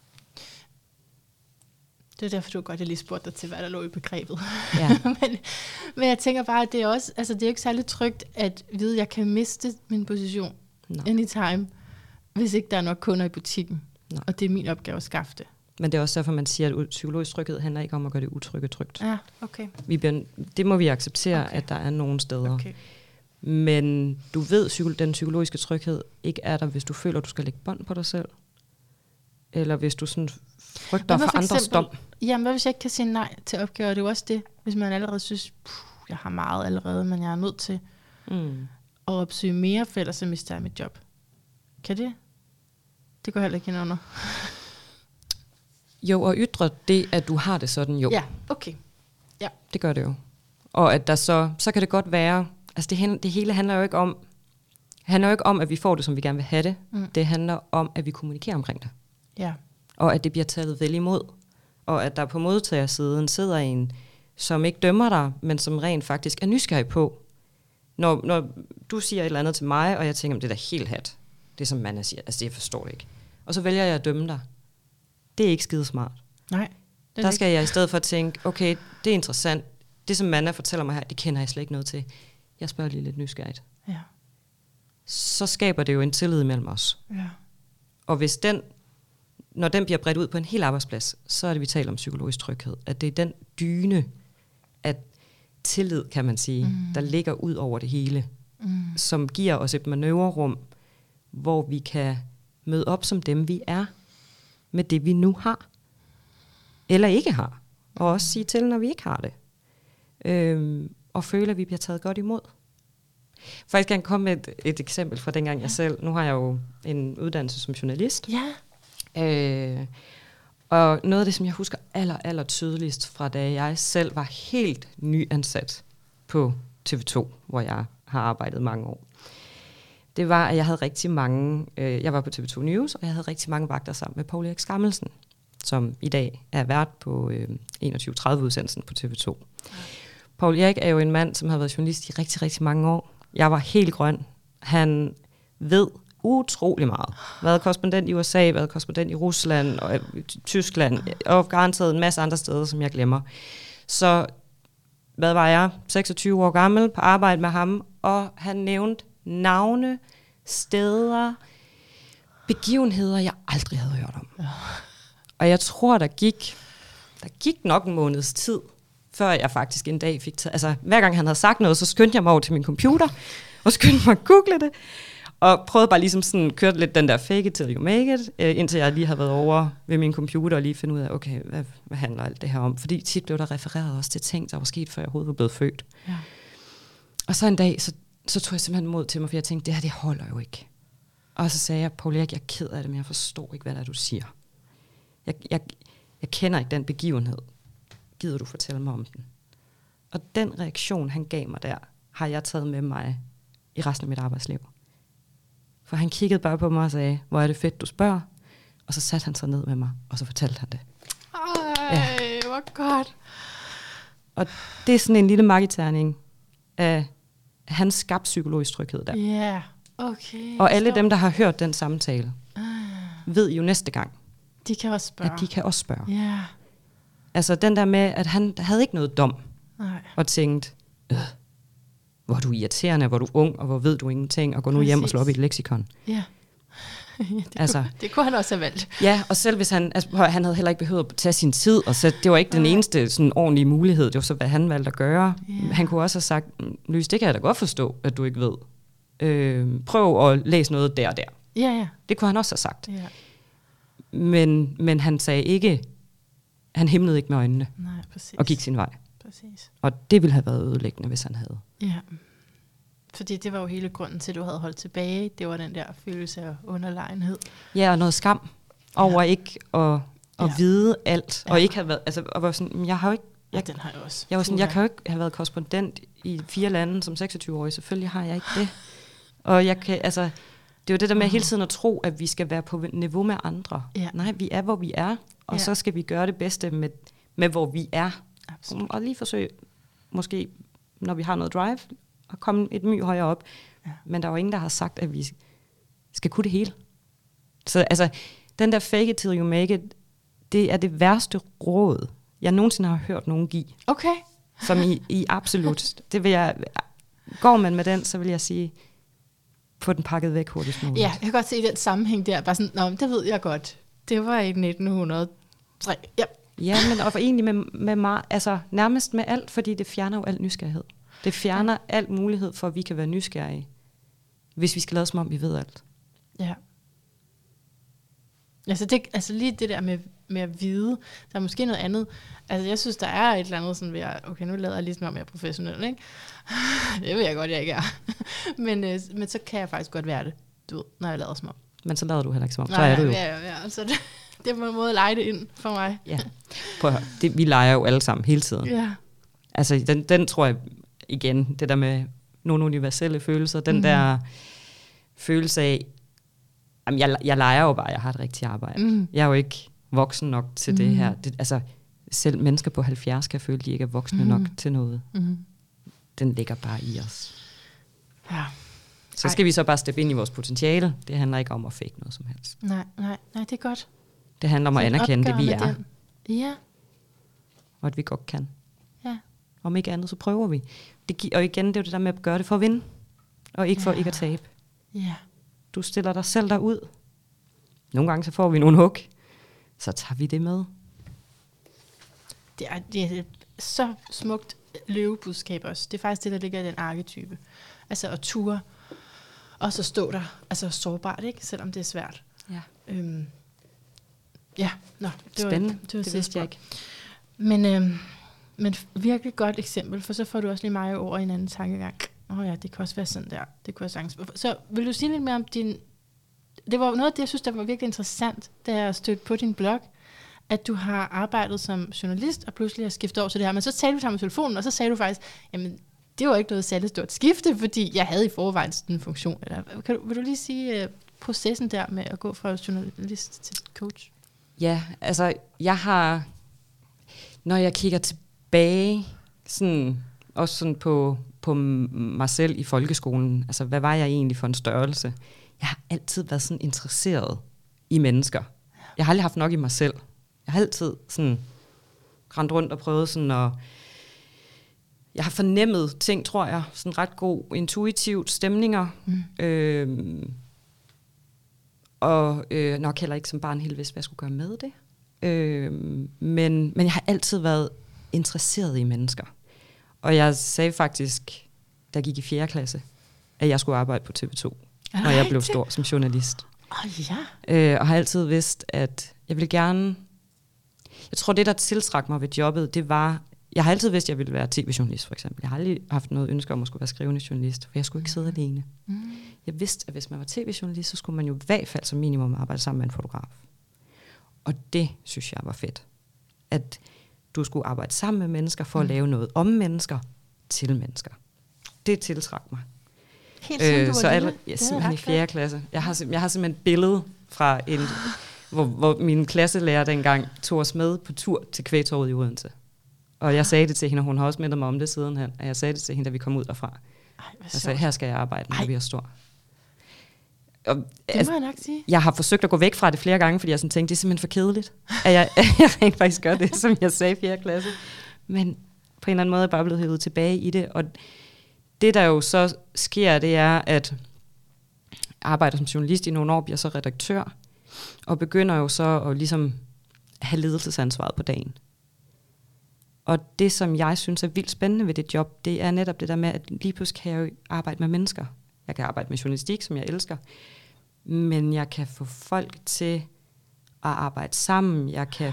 Det er derfor, du godt lige spurgte dig til, hvad der lå i begrebet. Ja. men jeg tænker bare, at det er også, altså det er jo ikke særlig trygt at vide, at jeg kan miste min position anytime, hvis ikke der er nok kunder i butikken. Nej. Og det er min opgave at skaffe det. Men det er også derfor, man siger, at psykologisk tryghed handler ikke om at gøre det utrygge trygt. Ja, okay. Det må vi acceptere, at der er nogle steder. Okay. Men du ved, den psykologiske tryghed ikke er der, hvis du føler, at du skal lægge bånd på dig selv. Eller hvis du sådan frygter for andres dom. Jamen, hvad hvis jeg ikke kan sige nej til opgaver? Det er jo også det, hvis man allerede synes, jeg har meget allerede, men jeg er nødt til at opsøge mere fælles, så mister jeg mit job. Kan det? Det går heller ikke ind under. Jo, og ytre det, at du har det sådan, jo. Ja, okay. Ja. Det gør det jo. Og at der så kan det godt være, altså det hele handler jo ikke om, at vi får det, som vi gerne vil have det. Det handler om, at vi kommunikerer omkring det. Ja. Og at det bliver taget vel imod. Og at der på modtagersiden sidder en, som ikke dømmer dig, men som rent faktisk er nysgerrig på. Når du siger et eller andet til mig, og jeg tænker, det er da helt hat. Det som Manna siger, altså jeg forstår det ikke. Og så vælger jeg at dømme dig. Det er ikke skide smart. Nej. Der skal jeg i stedet for tænke, okay, det er interessant. Det som Manna fortæller mig her, det kender jeg slet ikke noget til. Jeg spørger lige lidt nysgerrigt. Ja. Så skaber det jo en tillid mellem os. Ja. Og hvis når den bliver bredt ud på en hel arbejdsplads, så er det, vi taler om psykologisk tryghed. At det er den dyne af tillid, kan man sige, der ligger ud over det hele. Som giver os et manøvrerum, hvor vi kan møde op som dem, vi er, med det, vi nu har. Eller ikke har. Og også sige til, når vi ikke har det. Og føle, at vi bliver taget godt imod. Faktisk kan jeg komme med et eksempel fra dengang jeg selv. Nu har jeg jo en uddannelse som journalist. Ja. Og noget af det, som jeg husker aller tydeligst fra da jeg selv var helt nyansat på TV2, hvor jeg har arbejdet mange år. Det var, at jeg havde rigtig mange, jeg var på TV2 News, og jeg havde rigtig mange vagter sammen med Poul Erik Skammelsen, som i dag er vært på 21:30-udsendelsen på TV2. Ja. Poul Erik er jo en mand, som har været journalist i rigtig mange år. Jeg var helt grøn. Han ved utrolig meget. Været korrespondent i USA, været korrespondent i Rusland og Tyskland, og garanteret en masse andre steder, som jeg glemmer. Så hvad var jeg? 26 år gammel på arbejde med ham, og han nævnte navne, steder, begivenheder, jeg aldrig havde hørt om. Ja. Og jeg tror, der gik nok en måneds tid, før jeg faktisk en dag fik taget. Altså, hver gang han havde sagt noget, så skyndte jeg mig over til min computer, og skyndte mig at google det, og prøvede bare ligesom sådan, kørte lidt den der fake it till you make it, indtil jeg lige havde været over ved min computer, og lige finde ud af, okay, hvad handler alt det her om? Fordi tit blev der refereret også til ting, der var sket, før jeg overhovedet var blevet født. Ja. Og så en dag, så tog jeg simpelthen mod til mig, for jeg tænkte, det her, det holder jo ikke. Og så sagde jeg, Poul Erik, jeg er ked af det, men jeg forstår ikke, hvad det er, du siger. Jeg kender ikke den begivenhed. Gider du fortælle mig om den? Og den reaktion, han gav mig der, har jeg taget med mig i resten af mit arbejdsliv. For han kiggede bare på mig og sagde, hvor er det fedt, du spørger. Og så satte han sig ned med mig, og så fortalte han det. Ej, hvor godt. Og det er sådan en lille marketerning af hans skabt psykologisk tryghed der. Ja, yeah. Okay. Og alle dem, der har hørt den samtale, ved jo næste gang, de kan også spørge. At de kan også spørge. Ja. Yeah. Altså den der med, at han havde ikke noget dom. Nej. Og tænkte, hvor er du irriterende, hvor er du ung, og hvor ved du ingenting, og gå nu hjem og slå op i et leksikon. Ja. Det kunne han også have valgt. Ja, og selv hvis han havde heller ikke behøvet at tage sin tid, og så, det var ikke den eneste sådan ordentlige mulighed, det var så, hvad han valgte at gøre. Yeah. Han kunne også have sagt, Lys, det kan jeg da godt forstå, at du ikke ved. Prøv at læse noget der og der. Ja. Det kunne han også have sagt. Ja. Men han sagde ikke, han himlede ikke med øjnene. Nej, præcis. Og gik sin vej. Præcis. Og det ville have været ødelæggende, hvis han havde. Ja, fordi det var jo hele grunden til, at du havde holdt tilbage. Det var den der følelse af underlegenhed. Ja, og noget skam over ikke at vide alt. Og ikke have været, altså, og var sådan, jeg har jo ikke, den har jeg også. Jeg var sådan, jeg kan jo ikke have været korrespondent i 4 lande som 26-årig. Selvfølgelig har jeg ikke det. Og jeg kan, altså, det er jo det der med hele tiden at tro, at vi skal være på niveau med andre. Ja. Nej, vi er, hvor vi er. Og så skal vi gøre det bedste med hvor vi er. Absolut. Og lige forsøge, måske, når vi har noget drive, og komme et my højere op. Ja. Men der er jo ingen, der har sagt, at vi skal kunne det hele. Så altså, den der fake it till you make it, det er det værste råd, jeg nogensinde har hørt nogen give. Okay. Som i absolut. Det vil jeg, går man med den, så vil jeg sige, få den pakket væk hurtigst muligt. Ja, jeg kan godt se den sammenhæng der. Bare sådan, nå, det ved jeg godt. Det var i 1903. Ja. Ja, men og egentlig med meget, altså nærmest med alt, fordi det fjerner jo al nysgerrighed. Det fjerner alt mulighed for, at vi kan være nysgerrige, hvis vi skal lade som om, vi ved alt. Ja. Altså lige det der med at vide, der er måske noget andet. Altså jeg synes, der er et eller andet sådan ved at, okay, nu lader jeg ligesom om jeg er professionel, ikke? Det ved jeg godt, jeg ikke er. men så kan jeg faktisk godt være det, du ved, når jeg lader som om. Men så lader du heller ikke som om, så er du jo. Ja, så det er på en måde at lege det ind for mig. Ja, prøv at høre, vi leger jo alle sammen hele tiden. Ja. Altså den tror jeg, igen, det der med nogle universelle følelser, den der følelse af, jamen jeg leger jo bare, jeg har et rigtigt arbejde. Jeg er jo ikke voksen nok til det her. Altså, selv mennesker på 70 kan føle, de ikke er voksne nok til noget. Den ligger bare i os. Ja. Så skal vi så bare steppe ind i vores potentiale. Det handler ikke om at fake noget som helst. Nej, det er godt. Det handler om at anerkende det, vi er. Ja. Og at vi godt kan. Ja. Om ikke andet, så prøver vi. Og igen, det er jo det der med at gøre det for at vinde. Og ikke for ikke at tabe. Ja. Du stiller dig selv derud. Nogle gange så får vi nogle hug. Så tager vi det med. Det er så smukt løvebudskab også. Det er faktisk det, der ligger i den arketype. Altså at ture, og så stå der, altså sårbart, ikke? Selvom det er svært. Ja. Ja, nå. Spændende, det vidste jeg ikke. Men virkelig godt eksempel, for så får du også lige mig over i en anden tankegang. Ja, det kan også være sådan der. Det kunne jeg sagtens. Så vil du sige lidt mere om din... Det var noget af det, jeg synes, der var virkelig interessant, da jeg stødte på din blog, at du har arbejdet som journalist, og pludselig har skiftet over til det her. Men så talte du sammen med telefonen, og så sagde du faktisk, jamen, det var ikke noget særligt stort skifte, fordi jeg havde i forvejen sådan en funktion. Eller, vil du lige sige processen der med at gå fra journalist til coach? Ja, altså, når jeg kigger tilbage, sådan, også sådan på mig selv i folkeskolen, altså, hvad var jeg egentlig for en størrelse? Jeg har altid været sådan interesseret i mennesker. Jeg har aldrig haft nok i mig selv. Jeg har altid sådan rendt rundt og prøvet sådan at... Jeg har fornemmet ting, tror jeg, sådan ret god intuitivt stemninger. Og nok heller ikke som barn helt vidst, hvad jeg skulle gøre med det. Men jeg har altid været interesseret i mennesker. Og jeg sagde faktisk, da jeg gik i 4. klasse, at jeg skulle arbejde på TV2, når jeg blev stor som journalist. Og har altid vidst, at jeg ville gerne... Jeg tror, det, der tiltrak mig ved jobbet, det var... Jeg har altid vidst, at jeg ville være tv-journalist, for eksempel. Jeg har aldrig haft noget ønske om at skulle være skrivende journalist, for jeg skulle ikke sidde alene. Jeg vidste, at hvis man var tv-journalist, så skulle man jo i hvert fald som minimum arbejde sammen med en fotograf. Og det synes jeg var fedt. At du skulle arbejde sammen med mennesker for at lave noget om mennesker til mennesker. Det tiltrak mig. Helt siden du var lille? Ja, simpelthen i 4. klasse. Jeg har simpelthen et billede fra hvor min klasselærer dengang tog os med på tur til Kvægtorvet i Odense. Og jeg sagde det til hende, og hun har også mindet mig om det sidenhen. Og jeg sagde det til hende, da vi kom ud derfra. Jeg sagde, her skal jeg arbejde, når vi er stor. Og, det må jeg nok sige. Jeg har forsøgt at gå væk fra det flere gange, fordi jeg sådan tænkte, det er simpelthen for kedeligt, at jeg rent faktisk gør det, som jeg sagde i 4. klasse. Men på en eller anden måde er jeg bare blevet hævet tilbage i det. Og det, der jo så sker, det er, at jeg arbejder som journalist i nogle år, bliver så redaktør, og begynder jo så at ligesom have ledelsesansvaret på dagen. Og det, som jeg synes er vildt spændende ved det job, det er netop det der med, at lige pludselig kan jeg jo arbejde med mennesker. Jeg kan arbejde med journalistik, som jeg elsker, men jeg kan få folk til at arbejde sammen. Jeg kan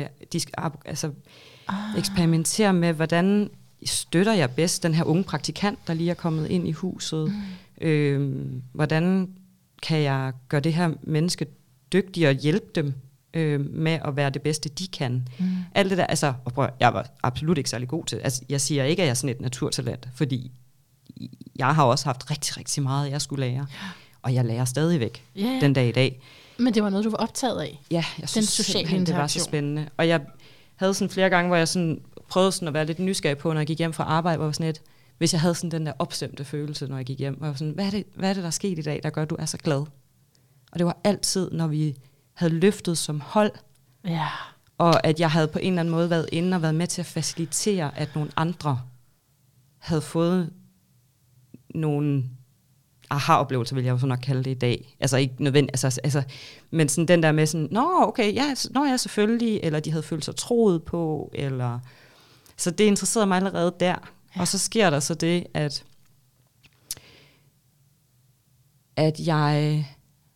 eksperimentere med, hvordan støtter jeg bedst den her unge praktikant, der lige er kommet ind i huset. Hvordan kan jeg gøre det her menneske dygtigere og hjælpe dem med at være det bedste, de kan. Alt det der, altså, jeg var absolut ikke særlig god til. Altså, jeg siger ikke, at jeg er sådan et naturtalent, fordi jeg har også haft rigtig, rigtig meget, jeg skulle lære. Og jeg lærer stadigvæk den dag i dag. Men det var noget, du var optaget af? Ja, jeg synes simpelthen, det var så spændende. Og jeg havde sådan flere gange, hvor jeg sådan prøvede sådan at være lidt nysgerrig på, når jeg gik hjem fra arbejde, hvor jeg sådan et, hvis jeg havde sådan den der opstemte følelse, når jeg gik hjem, og jeg var sådan, hvad er det, der er sket i dag, der gør, at du er så glad? Og det var altid, når vi havde løftet som hold, og at jeg havde på en eller anden måde været inde og været med til at facilitere, at nogle andre havde fået nogle aha-oplevelser, vil jeg jo så nok kalde det i dag. Altså ikke nødvendigt, altså, men sådan den der med sådan, okay, ja, selvfølgelig, eller de havde følt sig troet på, eller... Så det interesserede mig allerede der. Ja. Og så sker der så det, at jeg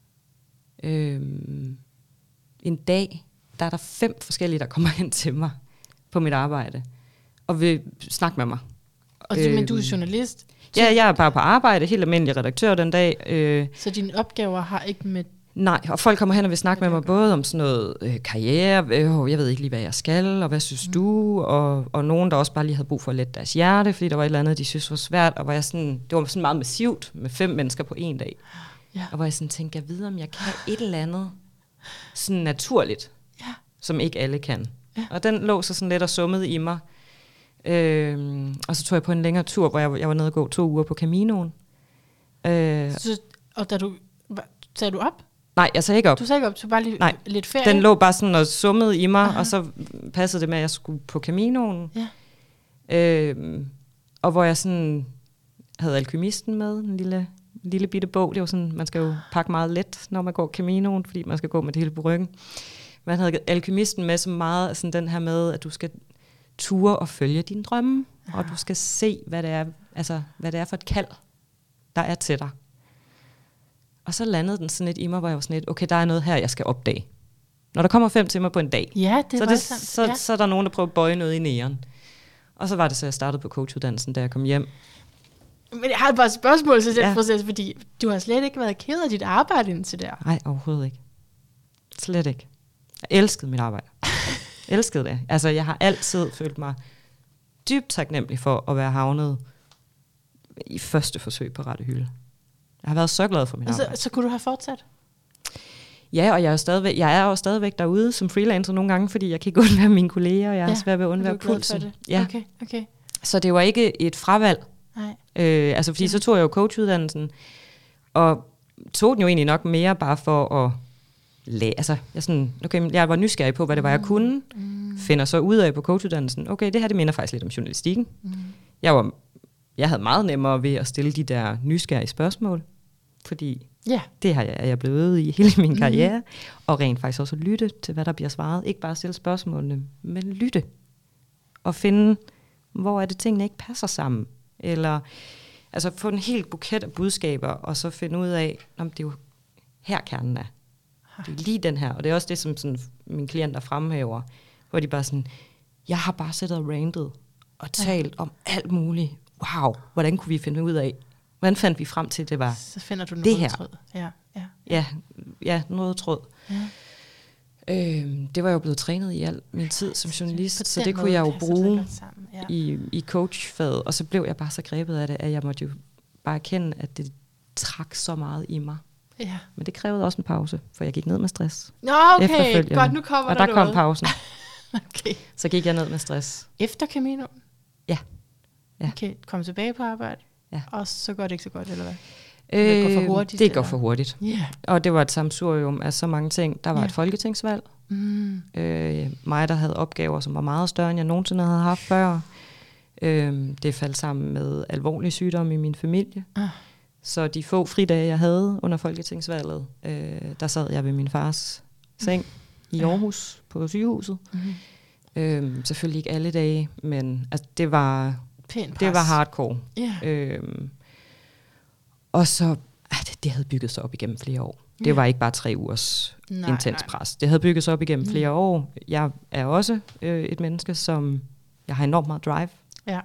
en dag, der er der 5 forskellige, der kommer hen til mig på mit arbejde, og vil snakke med mig. Men du er journalist? Ja, jeg er bare på arbejde, helt almindelig redaktør den dag. Så dine opgaver har ikke med... Nej, og folk kommer hen og vil snakke med mig både om sådan noget karriere, jeg ved ikke lige, hvad jeg skal, og hvad synes du, og nogen, der også bare lige havde brug for at lette deres hjerte, fordi der var et eller andet, de synes var svært, og det var sådan meget massivt med 5 mennesker på en dag. Ja. Og hvor jeg sådan tænkte, jeg ved, om jeg kan et eller andet sådan naturligt, som ikke alle kan. Ja. Og den lå så sådan lidt og summede i mig. Og så tog jeg på en længere tur, hvor jeg var nede og gå 2 uger på Caminoen. Og da du... Sagde du op? Nej, jeg sagde ikke op. Du sagde ikke op, du bare lige lidt ferie? Den lå bare sådan og summede i mig, og så passede det med, at jeg skulle på Caminoen. Ja. Og hvor jeg sådan havde Alkymisten med, en lille bitte bog. Det var sådan, man skal jo pakke meget let, når man går Caminoen, fordi man skal gå med det hele på ryggen. Man havde Alkymisten med så meget, sådan den her med, at du skal ture og følge dine drømme, og du skal se, hvad det er for et kald, der er til dig. Og så landede den sådan lidt i mig, hvor jeg var sådan lidt, okay, der er noget her, jeg skal opdage. Når der kommer 5 timer på en dag, så er der nogen, der prøver at bøje noget i næren. Og så var det så, jeg startede på coachuddannelsen, da jeg kom hjem. Men jeg har bare et spørgsmål til den proces, fordi du har slet ikke været ked af dit arbejde indtil der. Nej, overhovedet ikke. Slet ikke. Jeg elskede mit arbejde. Elskede det. Altså, jeg har altid følt mig dybt taknemmelig for at være havnet i første forsøg på rette hylde. Jeg har været så glad for mit arbejde. Så kunne du have fortsat? Ja, og jeg er jo stadigvæk derude som freelancer nogle gange, fordi jeg kan ikke undvære mine kolleger, og jeg har svært ved at undvære pulsen. Ja. Okay. Så det var ikke et fravalg. Nej. Fordi så tog jeg jo coachuddannelsen, og tog den jo egentlig nok mere bare for at lære. Altså, jeg var nysgerrig på, hvad det var, jeg kunne. Finder så ud af på coachuddannelsen, okay, det her, det minder faktisk lidt om journalistikken. Jeg havde meget nemmere ved at stille de der nysgerrige spørgsmål, fordi det er jeg blevet øvet i hele min karriere, og rent faktisk også at lytte til, hvad der bliver svaret. Ikke bare stille spørgsmålene, men lytte. Og finde, hvor er det, tingene ikke passer sammen. Eller altså få en hel buket af budskaber, og så finde ud af, om det er jo her kernen er. Det er lige den her, og det er også det, som sådan, mine klienter fremhæver, hvor de bare sådan, jeg har bare siddet og rantet og talt om alt muligt. Wow, hvordan kunne vi finde ud af? Hvordan fandt vi frem til, det var så finder du det her? Tråd. Ja, noget tråd. Ja. Det var jeg jo blevet trænet i al min tid som journalist, så det kunne jeg jo bruge i coachfaget. Og så blev jeg bare så grebet af det, at jeg måtte jo bare erkende, at det trak så meget i mig. Ja. Men det krævede også en pause, for jeg gik ned med stress. Nå, okay, godt, nu kommer der kom pausen. Okay. Så gik jeg ned med stress. Efter Caminoen? Ja. Okay, kom tilbage på arbejde, og så går det ikke så godt, eller hvad? Det går for hurtigt. Det går for hurtigt. Yeah. Og det var et sammensurium af så mange ting. Der var et folketingsvalg. Mig, der havde opgaver, som var meget større, end jeg nogensinde havde haft før. Det faldt sammen med alvorlige sygdomme i min familie. Så de få fridage, jeg havde under folketingsvalget, der sad jeg ved min fars seng i Aarhus på sygehuset. Selvfølgelig ikke alle dage, men altså, det var hardcore. Yeah. Og så, det havde bygget sig op igennem flere år. Det var ikke bare 3 ugers intens pres. Det havde bygget sig op igennem flere år. Jeg er også et menneske, som jeg har enormt meget drive. Ja.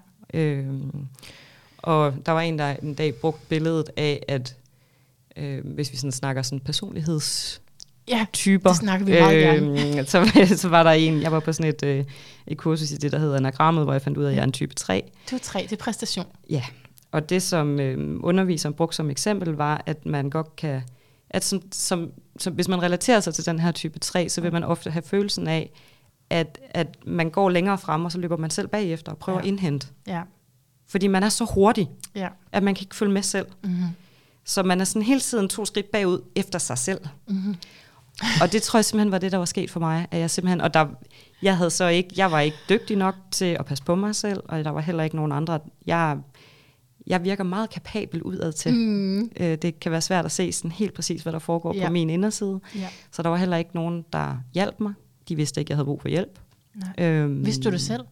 Og der var en, der en dag brugte billedet af, at hvis vi sådan snakker sådan personlighedstyper, det snakker vi meget gerne. Så var der en, jeg var på sådan et kursus i det, der hedder Enagrammet, hvor jeg fandt ud af, at jeg er en type 3. Du er 3, det er præstation. Ja, og det som underviseren brugte som eksempel, var, at man godt kan, at som hvis man relaterer sig til den her type 3, så vil man ofte have følelsen af, at man går længere frem, og så løber man selv bagefter og prøver at indhente. Ja. Fordi man er så hurtig, at man kan ikke følge med selv. Mm-hmm. Så man er sådan hele tiden 2 skridt bagud efter sig selv. Mm-hmm. Og det tror jeg simpelthen var det, der var sket for mig. At jeg simpelthen, jeg var ikke dygtig nok til at passe på mig selv, og der var heller ikke nogen andre. Jeg virker meget kapabel udad til. Det kan være svært at se sådan helt præcis, hvad der foregår på min inderside. Ja. Så der var heller ikke nogen, der hjalp mig. De vidste ikke, jeg havde brug for hjælp. Vidste du det selv?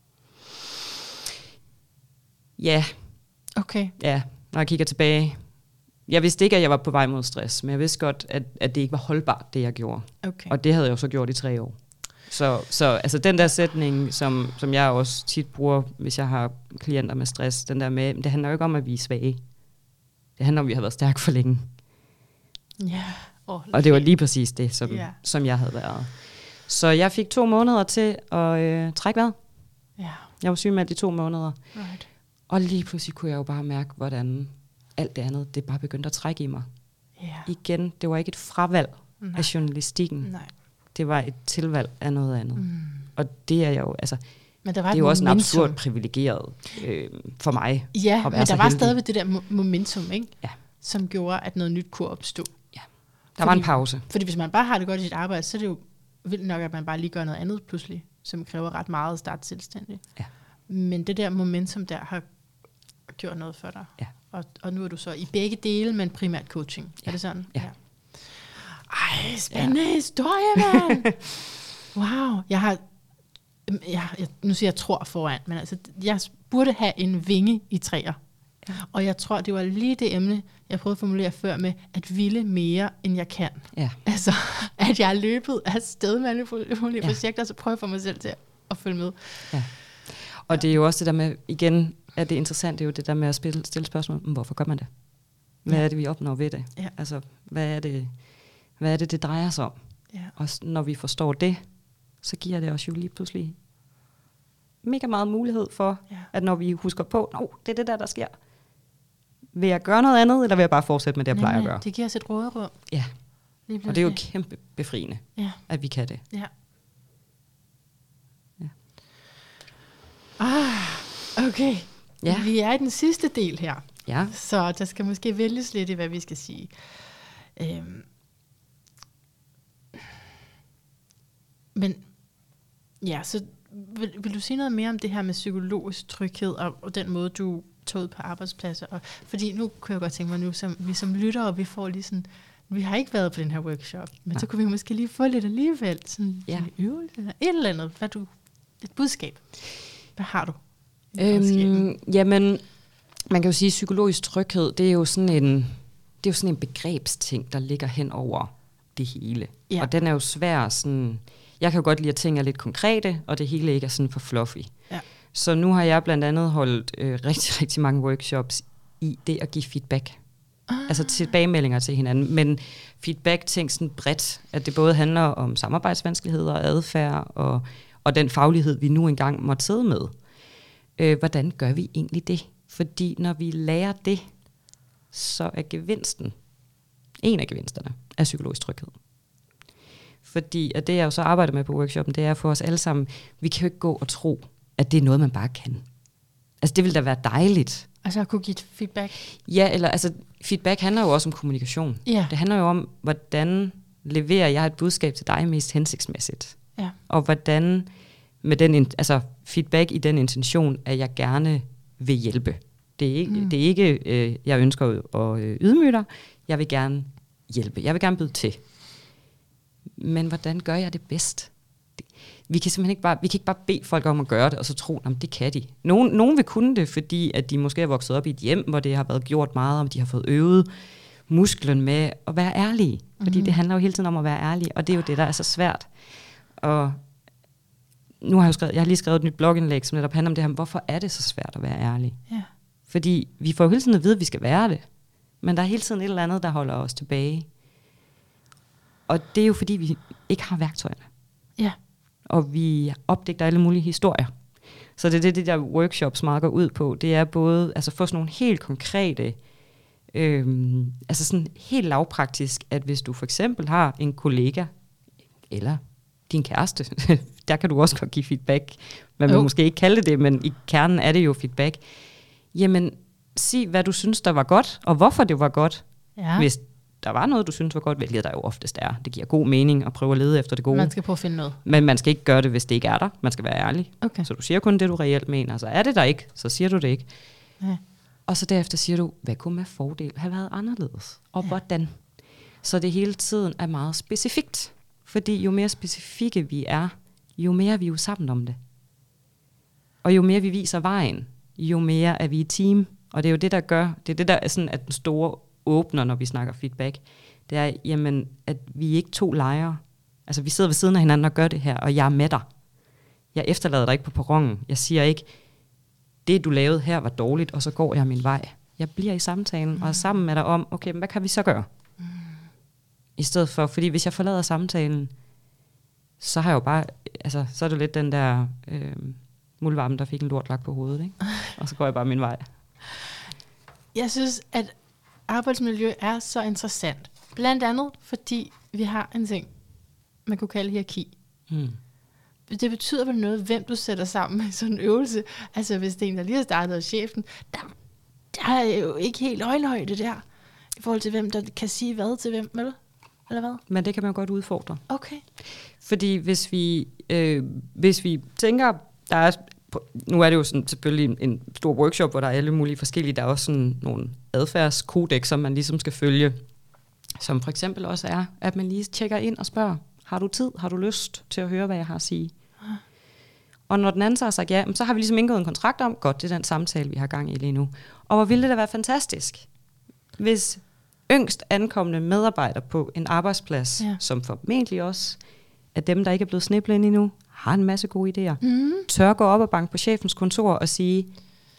Ja. Okay. Ja, når jeg kigger tilbage. Jeg vidste ikke, at jeg var på vej mod stress, men jeg vidste godt, at det ikke var holdbart, det jeg gjorde. Okay. Og det havde jeg jo så gjort i 3 år. Så altså den der sætning, som jeg også tit bruger, hvis jeg har klienter med stress, den der med, det handler jo ikke om, at vi er svage. Det handler om, at vi har været stærke for længe. Ja. Og det var lige præcis det, som jeg havde været. Så jeg fik 2 måneder til at trække vejret. Ja. Jeg var sygemeldt i 2 måneder. Right. Og lige pludselig kunne jeg jo bare mærke, hvordan alt det andet, det bare begyndte at trække i mig. Yeah. Igen, det var ikke et fravalg af journalistikken. Nej. Det var et tilvalg af noget andet. Og det er jo, altså, det er jo også en absurd privilegeret for mig. Ja, men der var stadigvæk det der momentum, ikke? Ja. Som gjorde, at noget nyt kunne opstå. Ja. Der var en pause. Fordi hvis man bare har det godt i sit arbejde, så er det jo vildt nok, at man bare lige gør noget andet pludselig, som kræver ret meget at starte selvstændigt. Ja. Men det der momentum der har gjort noget for dig. Ja. Og nu er du så i begge dele, men primært coaching. Ja. Er det sådan? Ja. Ej, spændende historie, mand! Wow. Nu siger jeg tror foran, men altså, jeg burde have en vinge i træer. Ja. Og jeg tror, det var lige det emne, jeg prøvede at formulere før med, at ville mere, end jeg kan. Ja. Altså, at jeg er løbet af sted med alle mulige projekter, så prøver jeg for mig selv til at følge med. Ja. Og det er jo også det der med, igen, at det er interessant, det er jo det der med at stille spørgsmål, hvorfor gør man det? Hvad er det, vi opnår ved det? Ja. Altså, hvad er det, det drejer sig om? Ja. Og når vi forstår det, så giver det os jo lige pludselig mega meget mulighed for, at når vi husker på, det er det der sker. Vil jeg gøre noget andet, eller vil jeg bare fortsætte med det, jeg plejer at gøre? Det giver os et råderum. Ja, og det er jo kæmpe befriende, at vi kan det. Ja. Okay. Ja. Vi er i den sidste del her. Ja. Så der skal måske vælges lidt i, hvad vi skal sige. Men ja, så vil du sige noget mere om det her med psykologisk tryghed og den måde, du tager ud på arbejdspladser? Og, fordi nu kunne jeg godt tænke mig, vi som lyttere, vi får lige sådan, vi har ikke været på den her workshop, men så kunne vi måske lige få lidt alligevel, sådan en øvelse, eller et eller andet, et budskab. Hvad har du? Jamen, man kan jo sige, at psykologisk tryghed, det er jo sådan en begrebsting, der ligger hen over det hele. Ja. Og den er jo svær sådan. Jeg kan jo godt lide, at ting er lidt konkrete, og det hele ikke er sådan for fluffy. Ja. Så nu har jeg blandt andet holdt rigtig, rigtig mange workshops i det at give feedback. Altså tilbagemeldinger til hinanden. Men feedback ting sådan bredt, at det både handler om samarbejdsvanskeligheder, adfærd og den faglighed, vi nu engang måtte sidde med. Hvordan gør vi egentlig det? Fordi når vi lærer det, så er en af gevinsterne er psykologisk tryghed. Fordi at det, jeg jo så arbejder med på workshoppen, det er for os alle sammen, vi kan jo ikke gå og tro, at det er noget, man bare kan. Altså det vil da være dejligt. Altså at kunne give feedback? Ja, eller altså feedback handler jo også om kommunikation. Ja. Det handler jo om, hvordan leverer jeg et budskab til dig mest hensigtsmæssigt. Ja. Og hvordan med den, feedback i den intention, at jeg gerne vil hjælpe. Det er ikke jeg ønsker at ydmyge dig. Jeg vil gerne hjælpe. Jeg vil gerne byde til. Men hvordan gør jeg det bedst? Vi kan simpelthen ikke bare bede folk om at gøre det, og så tro, at det kan de. Nogen vil kunne det, fordi at de måske er vokset op i et hjem, hvor det har været gjort meget, og de har fået øvet musklen med at være ærlige. Fordi det handler jo hele tiden om at være ærlig, og det er jo det, der er så svært. Og nu har jeg lige skrevet et nyt blogindlæg, som netop handler om det her, hvorfor er det så svært at være ærlig? Ja. Fordi vi får jo hele tiden at vide, at vi skal være det. Men der er hele tiden et eller andet, der holder os tilbage. Og det er jo fordi, vi ikke har værktøjerne. Ja. Og vi opdægter alle mulige historier. Så det er det der workshops meget går ud på. Det er både få sådan nogle helt konkrete, sådan helt lavpraktisk, at hvis du for eksempel har en kollega, eller din kæreste, der kan du også godt give feedback. Man vil måske ikke kalde det, men i kernen er det jo feedback. jamen sig, hvad du synes, der var godt, og hvorfor det var godt. Ja. Hvis der var noget, du synes var godt, hvilket der jo oftest er. Det giver god mening at prøve at lede efter det gode. Man skal prøve at finde noget. Men man skal ikke gøre det, hvis det ikke er der. Man skal være ærlig. Okay. Så du siger kun det, du reelt mener. Så er det der ikke, så siger du det ikke. Ja. Og så derefter siger du, hvad kunne med fordel have været anderledes? Og hvordan? Så det hele tiden er meget specifikt. Fordi jo mere specifikke vi er, jo mere er vi jo sammen om det. Og jo mere vi viser vejen, jo mere er vi i team. Og det er jo det, der gør, det er det, der er sådan, at den store åbner, når vi snakker feedback. Det er, jamen, at vi ikke 2 lejre. Altså, vi sidder ved siden af hinanden og gør det her, og jeg er med dig. Jeg efterlader dig ikke på perronen. Jeg siger ikke, det du lavede her var dårligt, og så går jeg min vej. Jeg bliver i samtalen, og er sammen med dig om, okay, men hvad kan vi så gøre? I stedet for, fordi hvis jeg forlader samtalen, så har jeg jo bare, altså, så er det lidt den der muldvarme, der fik en lort lagt på hovedet, ikke? Og så går jeg bare min vej. Jeg synes, at arbejdsmiljø er så interessant. Blandt andet, fordi vi har en ting, man kunne kalde hierarki. Det betyder vel noget, hvem du sætter sammen med sådan en øvelse. Altså, hvis det er en, der lige har startet af chefen, der er jo ikke helt øjenhøjde der, i forhold til hvem, der kan sige hvad til hvem, eller hvad? Men det kan man jo godt udfordre. Okay. Fordi hvis vi tænker, der er, nu er det jo sådan, selvfølgelig en stor workshop, hvor der er alle mulige forskellige, der er også sådan nogle adfærdskodex, som man ligesom skal følge, som for eksempel også er, at man lige tjekker ind og spørger, har du tid, har du lyst til at høre, hvad jeg har at sige? Og når den anden så har sagt ja, så har vi ligesom indgået en kontrakt om, godt, det er den samtale, vi har gang i lige nu. Og hvor ville det da være fantastisk, hvis yngst ankommende medarbejder på en arbejdsplads, som formentlig også er dem, der ikke er blevet sniblet ind endnu, har en masse gode idéer. Tør gå op og banke på chefens kontor og sige,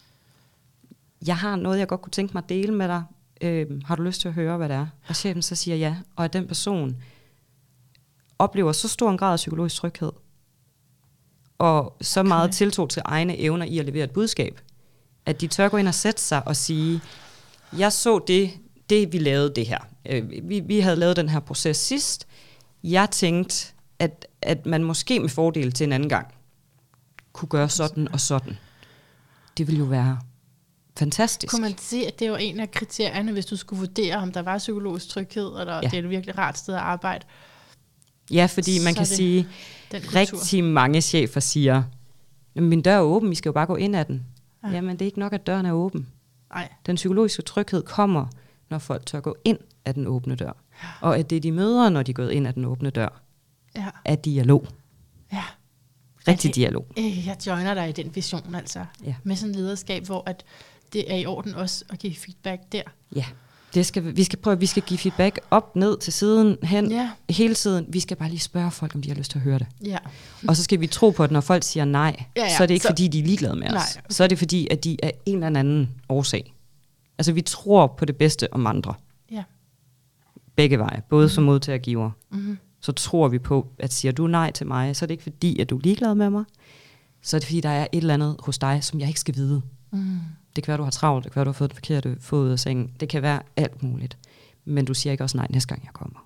jeg har noget, jeg godt kunne tænke mig at dele med dig. Har du lyst til at høre, hvad det er? Og chefen så siger ja, og at den person oplever så stor en grad af psykologisk tryghed, og så meget tiltro til egne evner i at levere et budskab, at de tør gå ind og sætte sig og sige, jeg så det vi lavede det her. Vi havde lavet den her proces sidst. Jeg tænkte, at man måske med fordel til en anden gang kunne gøre sådan og sådan. Det ville jo være fantastisk. Kunne man sige, at det var en af kriterierne, hvis du skulle vurdere, om der var psykologisk tryghed, eller det er et virkelig rart sted at arbejde? Ja, fordi man kan sige, rigtig mange chefer siger, min dør er åben, I skal jo bare gå ind ad den. Ja. Jamen, det er ikke nok, at døren er åben. Nej. Den psykologiske tryghed kommer, når folk tør gå ind ad den åbne dør. Og at det de møder, når de går ind ad den åbne dør, er dialog. Ja. Rigtig dialog. Jeg joiner dig i den vision, altså. Ja. Med sådan et lederskab, hvor at det er i orden også at give feedback der. Ja. Vi skal give feedback op, ned, til siden, hen, hele tiden. Vi skal bare lige spørge folk, om de har lyst til at høre det. Ja. Og så skal vi tro på, at når folk siger nej, så er det ikke fordi, de er ligeglade med os. Okay. Så er det fordi, at de er en eller anden årsag. Altså vi tror på det bedste om andre. Ja. Begge veje, både som modtager og giver. Så tror vi på, at siger du nej til mig, så er det ikke fordi, at du er ligeglad med mig. Så er det fordi, der er et eller andet hos dig, som jeg ikke skal vide. Det kan være, du har travlt, det kan være, du har fået det forkerte fod ud af sengen. Det kan være alt muligt. Men du siger ikke også nej næste gang, jeg kommer.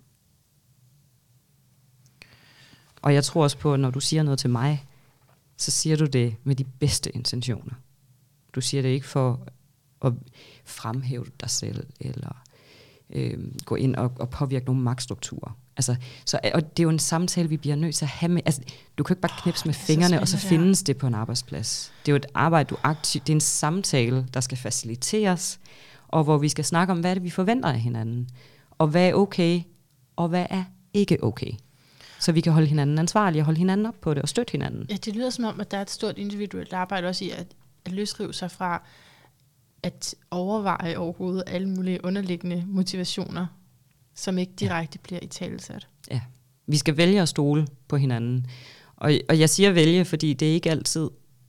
Og jeg tror også på, at når du siger noget til mig, så siger du det med de bedste intentioner. Du siger det ikke for at fremhæve dig selv, eller gå ind og påvirke nogle magtstrukturer. Altså, og det er jo en samtale, vi bliver nødt til at have med. Altså, du kan ikke bare knipse med fingrene, og så findes det på en arbejdsplads. Det er jo et arbejde, det er en samtale, der skal faciliteres, og hvor vi skal snakke om, hvad er det, vi forventer af hinanden, og hvad er okay, og hvad er ikke okay. Så vi kan holde hinanden ansvarlige, og holde hinanden op på det, og støtte hinanden. Ja, det lyder som om, at der er et stort individuelt arbejde også i at løsrive sig fra at overveje overhovedet alle mulige underliggende motivationer, som ikke direkte bliver italesat. Ja, vi skal vælge at stole på hinanden. Og jeg siger vælge, fordi det er ikke altid,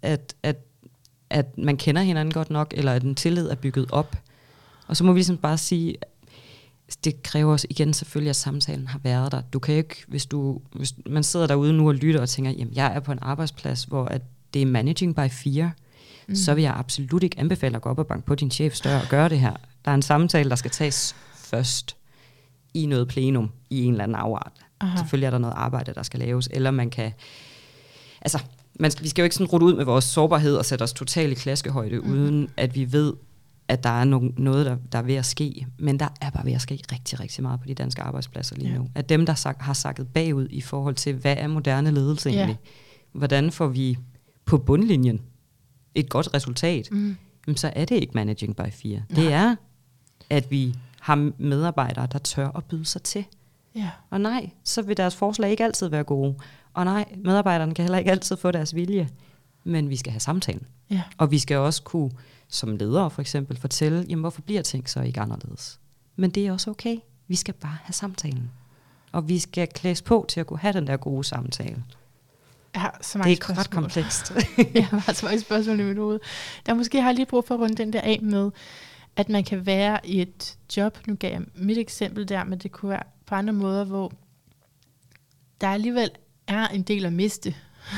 at man kender hinanden godt nok, eller at en tillid er bygget op. Og så må vi ligesom bare sige, det kræver også igen selvfølgelig, at samtalen har været der. Du kan ikke, hvis man sidder derude nu og lytter og tænker, jamen jeg er på en arbejdsplads, hvor at det er managing by fear, så vil jeg absolut ikke anbefale at gå op og banke på din chefs dør og gøre det her. Der er en samtale, der skal tages først i noget plenum, i en eller anden afart. Selvfølgelig er der noget arbejde, der skal laves, eller man kan, altså, vi skal jo ikke sådan rute ud med vores sårbarhed og sætte os totalt i klaskehøjde, uden at vi ved, at der er noget, der er ved at ske. Men der er bare ved at ske rigtig, rigtig meget på de danske arbejdspladser lige nu. At dem, der har sakket bagud i forhold til, hvad er moderne ledelse egentlig? Hvordan får vi på bundlinjen et godt resultat? Jamen, så er det ikke managing by fear. Det er, at vi har medarbejdere, der tør at byde sig til. Ja. Og nej, så vil deres forslag ikke altid være gode. Og nej, medarbejderne kan heller ikke altid få deres vilje. Men vi skal have samtalen. Ja. Og vi skal også kunne, som ledere for eksempel, fortælle, jamen hvorfor bliver ting så ikke anderledes? Men det er også okay. Vi skal bare have samtalen. Og vi skal klædes på til at kunne have den der gode samtale. Jeg har så mange det er ret komplekst. Jeg har så mange spørgsmål i mit hoved. Måske har jeg lige brug for at runde den der af med, at man kan være i et job. Nu gav jeg mit eksempel der, men det kunne være på andre måder, hvor der alligevel er en del at miste.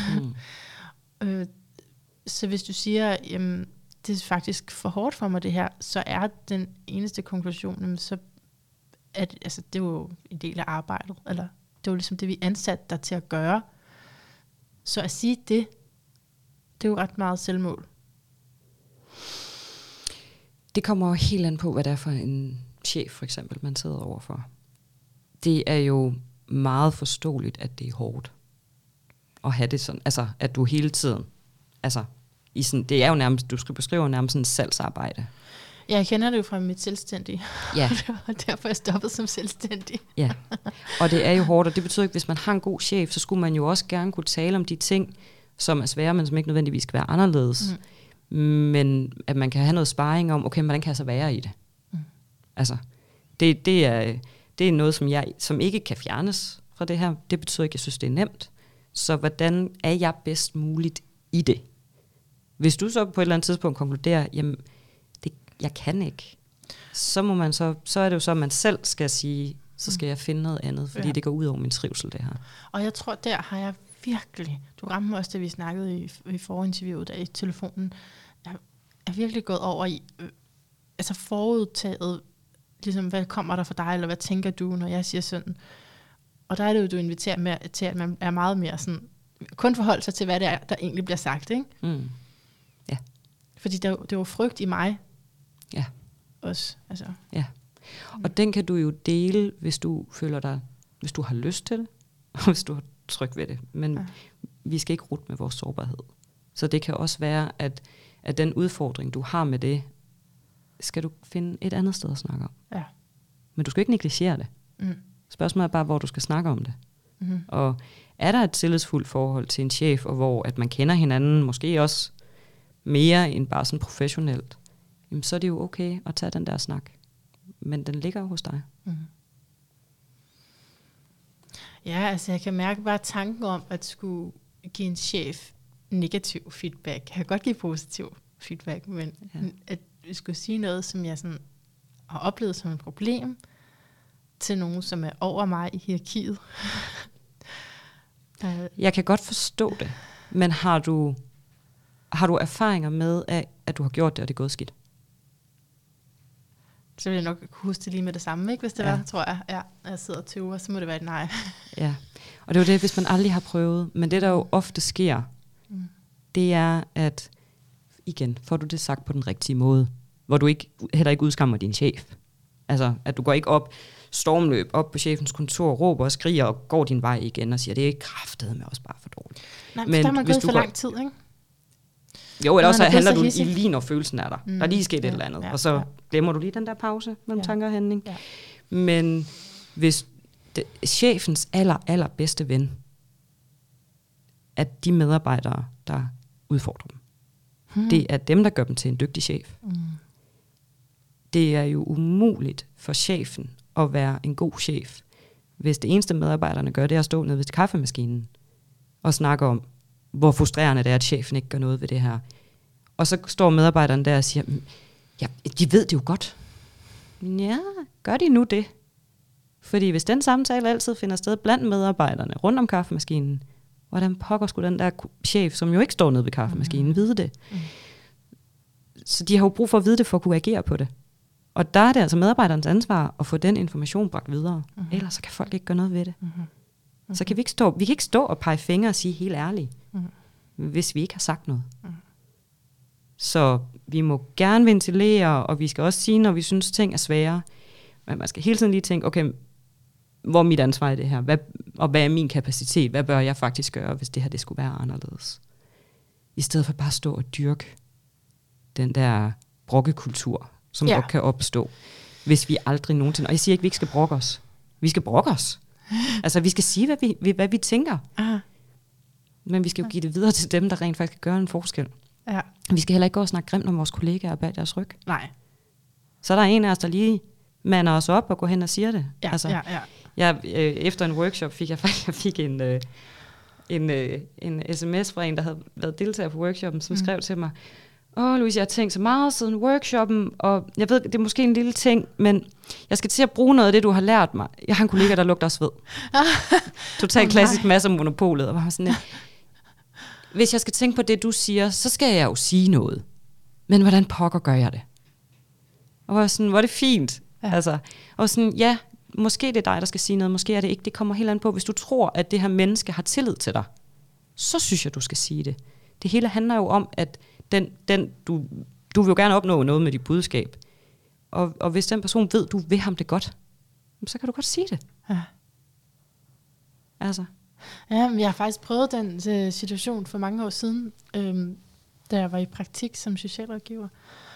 Så hvis du siger, jamen, det er faktisk for hårdt for mig det her, så er den eneste konklusion, så at, altså, det er jo en del af arbejdet, eller det er jo ligesom det, vi er ansat der til at gøre. Så at sige det er jo ret meget selvmål. Det kommer jo helt an på, hvad det er for en chef, for eksempel, man sidder overfor. Det er jo meget forståeligt, at det er hårdt at have det sådan, altså at du hele tiden, altså i sådan, det er jo nærmest, du skal beskrive nærmest sådan et salgsarbejde. Ja, jeg kender det jo fra mit selvstændige. Ja. Og derfor er jeg stoppet som selvstændig. Ja, og det er jo hårdt, og det betyder ikke, hvis man har en god chef, så skulle man jo også gerne kunne tale om de ting, som er svære, men som ikke nødvendigvis skal være anderledes. Men at man kan have noget sparring om, okay, hvordan kan jeg så være i det? Altså, det er noget, som ikke kan fjernes fra det her. Det betyder ikke, at jeg synes, det er nemt. Så hvordan er jeg bedst muligt i det? Hvis du så på et eller andet tidspunkt konkluderer, jamen, jeg kan ikke, så må man så er det jo så, at man selv skal sige, så skal jeg finde noget andet, fordi det går ud over min trivsel, det her. Og jeg tror, der har jeg virkelig, du ramte mig også, da vi snakkede i forinterviewet der i telefonen, jeg er virkelig gået over i, altså forudtaget, ligesom, hvad kommer der for dig, eller hvad tænker du, når jeg siger sådan. Og der er det jo, du inviterer med til, at man er meget mere sådan, kun forholde sig til, hvad det er, der egentlig bliver sagt, ikke? Ja. Fordi det er jo frygt i mig. Ja. Også, altså. Ja. Og den kan du jo dele, hvis du føler dig, hvis du har lyst til det, og hvis du har tryg ved det. Men vi skal ikke rute med vores sårbarhed. Så det kan også være, at den udfordring, du har med det, skal du finde et andet sted at snakke om. Ja. Men du skal ikke negligere det. Spørgsmålet er bare, hvor du skal snakke om det. Og er der et tillidsfuldt forhold til en chef, og hvor at man kender hinanden, måske også mere end bare sådan professionelt, jamen, så er det jo okay at tage den der snak. Men den ligger jo hos dig. Ja, altså jeg kan mærke bare tanken om, at skulle give en chef negativ feedback. Jeg kan godt give positiv feedback, men at vi skulle sige noget, som jeg sådan har oplevet som et problem, til nogen, som er over mig i hierarkiet. Jeg kan godt forstå det, men har du erfaringer med, at du har gjort det, og det er gået skidt? Så vil jeg nok huske det lige med det samme, ikke? Hvis det var, tror jeg. Ja, jeg sidder og tøver, så må det være et nej. Ja, og det er jo det, hvis man aldrig har prøvet. Men det, der jo ofte sker, det er, at igen, får du det sagt på den rigtige måde, hvor du heller ikke udskammer din chef. Altså, at du går ikke stormløb op på chefens kontor, råber og skriger og går din vej igen og siger, det er kraftedeme også bare for dårligt. Nej, men der er man gået for lang tid, ikke? Jo, eller også handler du i lige, når følelsen er der. Der er lige sket et eller andet. Og så glemmer du lige den der pause mellem tanke og handling. Ja. Men hvis chefens aller bedste ven, at de medarbejdere, der udfordrer dem, det er dem, der gør dem til en dygtig chef. Det er jo umuligt for chefen at være en god chef, hvis det eneste medarbejderne gør, det er at stå nede ved kaffemaskinen og snakke om, hvor frustrerende det er, at chefen ikke gør noget ved det her. Og så står medarbejderne der og siger, ja, de ved det jo godt. Ja, gør de nu det? Fordi hvis den samtale altid finder sted blandt medarbejderne rundt om kaffemaskinen, hvordan pokker skulle den der chef, som jo ikke står nede ved kaffemaskinen, vide det? Så de har jo brug for at vide det, for at kunne agere på det. Og der er det altså medarbejderens ansvar at få den information bragt videre. Ellers så kan folk ikke gøre noget ved det. Så kan vi kan ikke stå og pege fingre og sige helt ærligt. hvis vi ikke har sagt noget. Så vi må gerne ventilere, og vi skal også sige, når vi synes, ting er svære. Men man skal hele tiden lige tænke, okay, hvor er mit ansvar i det her? Hvad er min kapacitet? Hvad bør jeg faktisk gøre, hvis det her det skulle være anderledes? I stedet for bare at stå og dyrke den der brokkekultur, som godt kan opstå, hvis vi aldrig nogensinde... Og jeg siger ikke, vi ikke skal brokke os. Vi skal brokke os. Altså, vi skal sige, hvad vi tænker. Aha. Men vi skal jo give det videre til dem, der rent faktisk kan gøre en forskel. Ja. Vi skal heller ikke gå og snakke grimt om vores kollegaer bag deres ryg. Nej. Så er der en af os, der lige mander os op og går hen og siger det. Ja, altså, jeg, efter en workshop fik jeg en sms fra en, der havde været deltager på workshoppen, som skrev til mig, Louise, jeg har tænkt så meget siden workshoppen, og jeg ved, det er måske en lille ting, men jeg skal til at bruge noget af det, du har lært mig. Jeg har en kollega, der lugter sved. Totalt klassisk masse om monopolet. Og var sådan, hvis jeg skal tænke på det, du siger, så skal jeg jo sige noget. Men hvordan pokker gør jeg det? Og var sådan, hvor er det fint. Ja. Altså, og sådan, ja, måske det er dig, der skal sige noget, måske er det ikke. Det kommer helt an på, hvis du tror, at det her menneske har tillid til dig, så synes jeg, du skal sige det. Det hele handler jo om, at du vil jo gerne opnå noget med dit budskab. Og hvis den person ved, du vil ham det godt, så kan du godt sige det. Ja. Altså. Ja, jeg har faktisk prøvet den situation for mange år siden, da jeg var i praktik som socialrådgiver.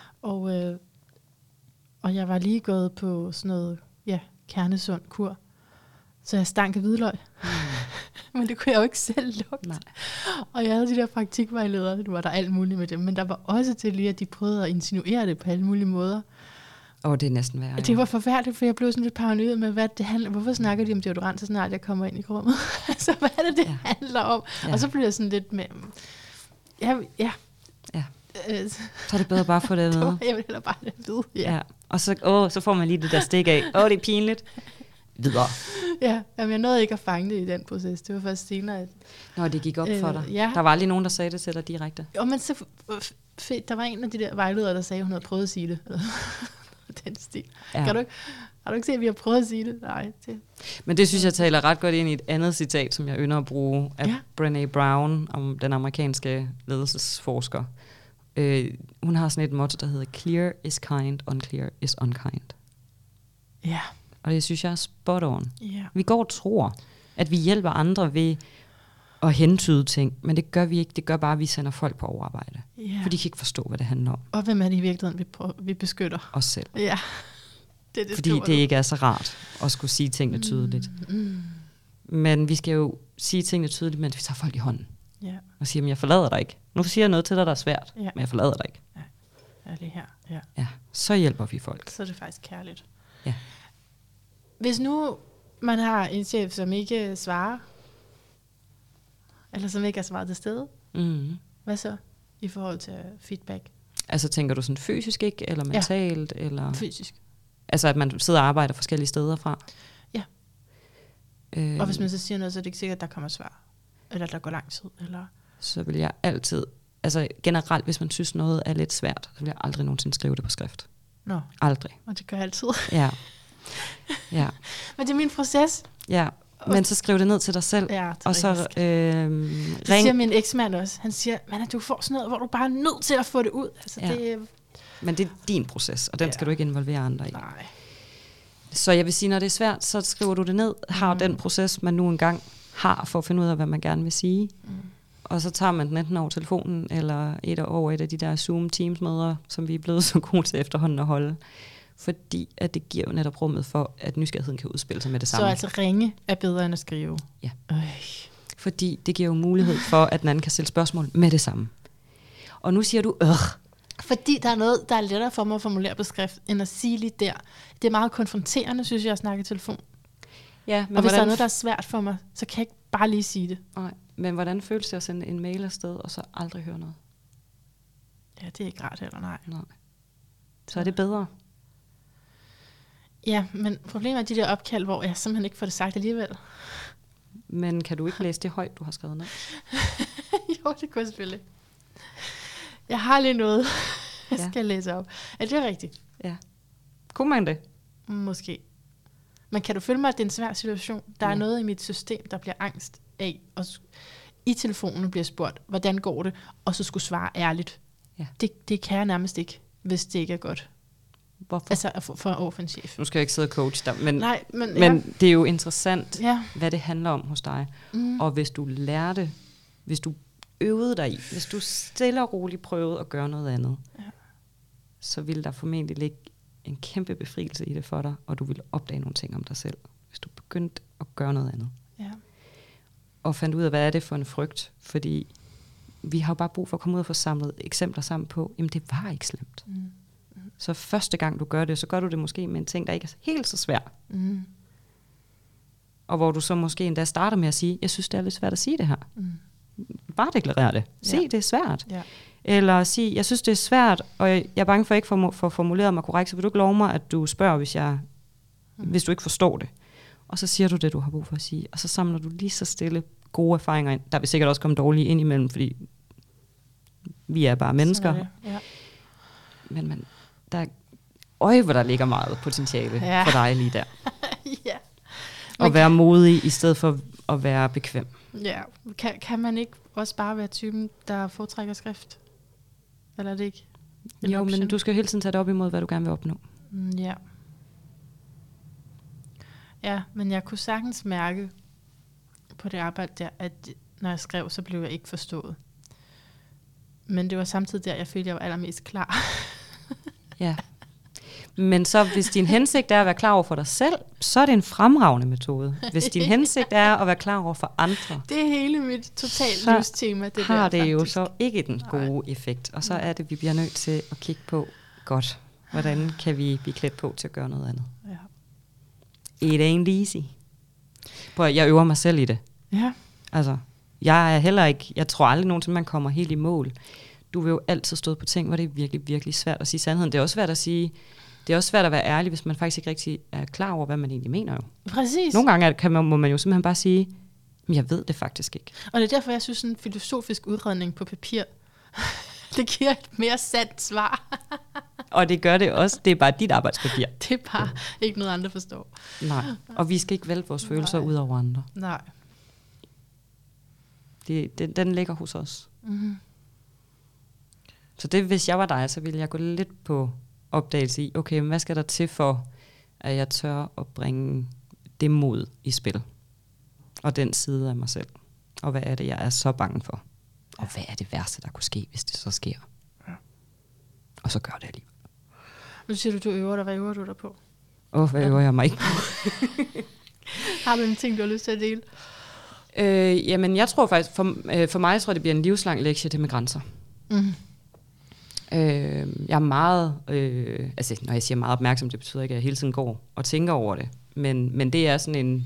Og jeg var lige gået på sådan noget, kernesund kur. Så jeg stank af hvidløg. Men det kunne jeg jo ikke selv lugte. Nej. Og jeg havde de der praktikvejledere, det var der alt muligt med dem, men der var også til lige, at de prøvede at insinuere det på alle mulige måder. Det er næsten værre. Det var forfærdeligt, for jeg blev sådan lidt paranoid med, hvad det handler. Hvorfor snakker de om deodorant, så snart jeg kommer ind i rummet? Altså, hvad er det handler om? Ja. Og så bliver jeg sådan lidt med... Ja. Så er det bedre bare at få det at vide. Jeg vil hellere bare det at vide, ja. Og så får man lige det der stik af. Det er pinligt. Videre. Ja, jeg nåede ikke at fange det i den proces. Det var først senere. Det gik op for dig. Ja. Der var aldrig nogen, der sagde det til dig direkte. Men så fedt. Der var en af de der vejledere, der sagde, at hun havde prøvet at sige det. Den stil. Ja. Har du ikke set, at vi har prøvet at sige det? Nej. Men det synes jeg taler ret godt ind i et andet citat, som jeg ynder at bruge, af Brené Brown, om den amerikanske ledelsesforsker. Hun har sådan et motto, der hedder clear is kind, unclear is unkind. Ja. Og det synes jeg er spot on. Yeah. Vi går og tror, at vi hjælper andre ved at hentyde ting, men det gør vi ikke. Det gør bare, at vi sender folk på overarbejde. Yeah. For de kan ikke forstå, hvad det handler om. Og hvem er det i virkeligheden, vi beskytter? Os selv. Ja. Det fordi det ikke er så rart at skulle sige tingene tydeligt. Men vi skal jo sige tingene tydeligt, mens vi tager folk i hånden. Yeah. Og siger, jeg forlader dig ikke. Nu siger jeg noget til dig, der er svært, men jeg forlader dig ikke. Ja, jeg er lige her. Ja, så hjælper vi folk. Så er det faktisk kærligt. Ja. Hvis nu man har en chef, som ikke svarer, eller som ikke har svaret til stede, hvad så i forhold til feedback? Altså tænker du sådan fysisk ikke, eller mentalt? Ja, eller? Fysisk. Altså at man sidder og arbejder forskellige steder fra? Ja. Og hvis man så siger noget, så er det ikke sikkert, at der kommer svar. Eller der går lang tid. Eller? Så vil jeg altid, altså generelt, hvis man synes noget er lidt svært, så vil jeg aldrig nogensinde skrive det på skrift. Aldrig. Og det gør jeg altid. Ja. Men det er min proces. Ja, men så skriv det ned til dig selv. Ja, og så det siger min eksmand også. Han siger, du får sådan noget, hvor du bare er nødt til at få det ud. Altså, det, men det er din proces, og den skal du ikke involvere andre i. Nej. Så jeg vil sige, når det er svært, så skriver du det ned. Har den proces, man nu engang har, for at finde ud af, hvad man gerne vil sige. Og så tager man den enten over telefonen, eller over et af de der Zoom-Teams-møder, som vi er blevet så gode til efterhånden at holde. Fordi at det giver jo netop rummet for, at nysgerrigheden kan udspille sig med det samme. Så altså ringe er bedre end at skrive? Ja. Fordi det giver jo mulighed for, at den anden kan stille spørgsmål med det samme. Og nu siger du, Fordi der er noget, der er lettere for mig at formulere på skrift, end at sige lige der. Det er meget konfronterende, synes jeg, at snakke i telefon. Ja, men og hvis der er noget, der er svært for mig, så kan jeg ikke bare lige sige det. Nej, men hvordan føles det at sende en mail afsted, og så aldrig høre noget? Ja, det er ikke rart heller, nej. Så er det bedre. Ja, men problemet er de der opkald, hvor jeg simpelthen ikke får det sagt alligevel. Men kan du ikke læse det højt, du har skrevet ned? Jo, det kunne jeg selvfølgelig. Jeg har lige noget, jeg skal læse op. Er det rigtigt? Ja. Kunne man det? Måske. Men kan du følge mig, at det er en svær situation? Der er noget i mit system, der bliver angst af. i telefonen bliver spurgt, hvordan går det, og så skulle svare ærligt. Ja. Det kan jeg nærmest ikke, hvis det ikke er godt. Hvorfor? Altså for offensiv. Nu skal jeg ikke sidde og coach dig, men, nej, men det er jo interessant, hvad det handler om hos dig. Og hvis du lærte, hvis du øvede dig i, hvis du stille og roligt prøvede at gøre noget andet, så ville der formentlig ligge en kæmpe befrielse i det for dig, og du ville opdage nogle ting om dig selv, hvis du begyndte at gøre noget andet. Ja. Og fandt ud af, hvad er det for en frygt, fordi vi har jo bare brug for at komme ud og få samlet eksempler sammen på, jamen det var ikke slemt. Så første gang du gør det, så gør du det måske med en ting, der ikke er helt så svær. Og hvor du så måske endda starter med at sige, jeg synes det er lidt svært at sige det her. Bare deklarere det. Det er svært. Ja. Eller sige, jeg synes det er svært, og jeg er bange for ikke for formuleret mig korrekt, så vil du ikke love mig, at du spørger, hvis du ikke forstår det. Og så siger du det, du har brug for at sige, og så samler du lige så stille gode erfaringer ind. Der vil sikkert også komme dårlige ind imellem, fordi vi er bare mennesker. Men hvor der ligger meget potentiale for dig lige der. Og være modig, i stedet for at være bekvem. Ja, kan man ikke også bare være typen, der foretrækker skrift? Eller er det ikke? Jo, men du skal jo hele tiden tage det op imod, hvad du gerne vil opnå. Ja. Ja, men jeg kunne sagtens mærke på det arbejde der, at når jeg skrev, så blev jeg ikke forstået. Men det var samtidig der, jeg følte, jeg var allermest klar. Ja. Men så hvis din hensigt er at være klar over for dig selv, så er det en fremragende metode. Hvis din hensigt er at være klar over for andre. Det er hele mit totalt livstema. Det har det jo så ikke den gode effekt. Og så er det, vi bliver nødt til at kigge på, godt, hvordan kan vi blive klædt på til at gøre noget andet. Ja. It ain't easy. Jeg øver mig selv i det. Ja. Altså, jeg er heller ikke, jeg tror aldrig nogensinde, man kommer helt i mål. Du vil jo altid stå på ting, hvor det er virkelig, virkelig svært at sige sandheden. Det er også svært at sige, det er også svært at være ærlig, hvis man faktisk ikke rigtig er klar over, hvad man egentlig mener jo. Præcis. Nogle gange må man jo simpelthen bare sige, men jeg ved det faktisk ikke. Og det er derfor, jeg synes, en filosofisk udredning på papir, det giver et mere sandt svar. Og det gør det også. Det er bare dit arbejdspapir. Det er bare ikke noget andre forstår. Nej, og vi skal ikke vælte vores følelser ud over andre. Nej. Den ligger hos os. Mm-hmm. Så det, hvis jeg var dig, så ville jeg gå lidt på opdagelse i, okay, men hvad skal der til for, at jeg tør at bringe det mod i spil? Og den side af mig selv. Og hvad er det, jeg er så bange for? Og hvad er det værste, der kunne ske, hvis det så sker? Ja. Og så gør det alligevel. Nu siger du øver dig. Hvad øver du dig på? Hvad øver jeg mig ikke på? Har du en ting, du har lyst til at dele? Jamen, jeg tror faktisk, for mig tror jeg, det bliver en livslang lektie, det med grænser. Mm. Jeg er meget, når jeg siger meget opmærksom, det betyder ikke, at jeg hele tiden går og tænker over det. Men det er sådan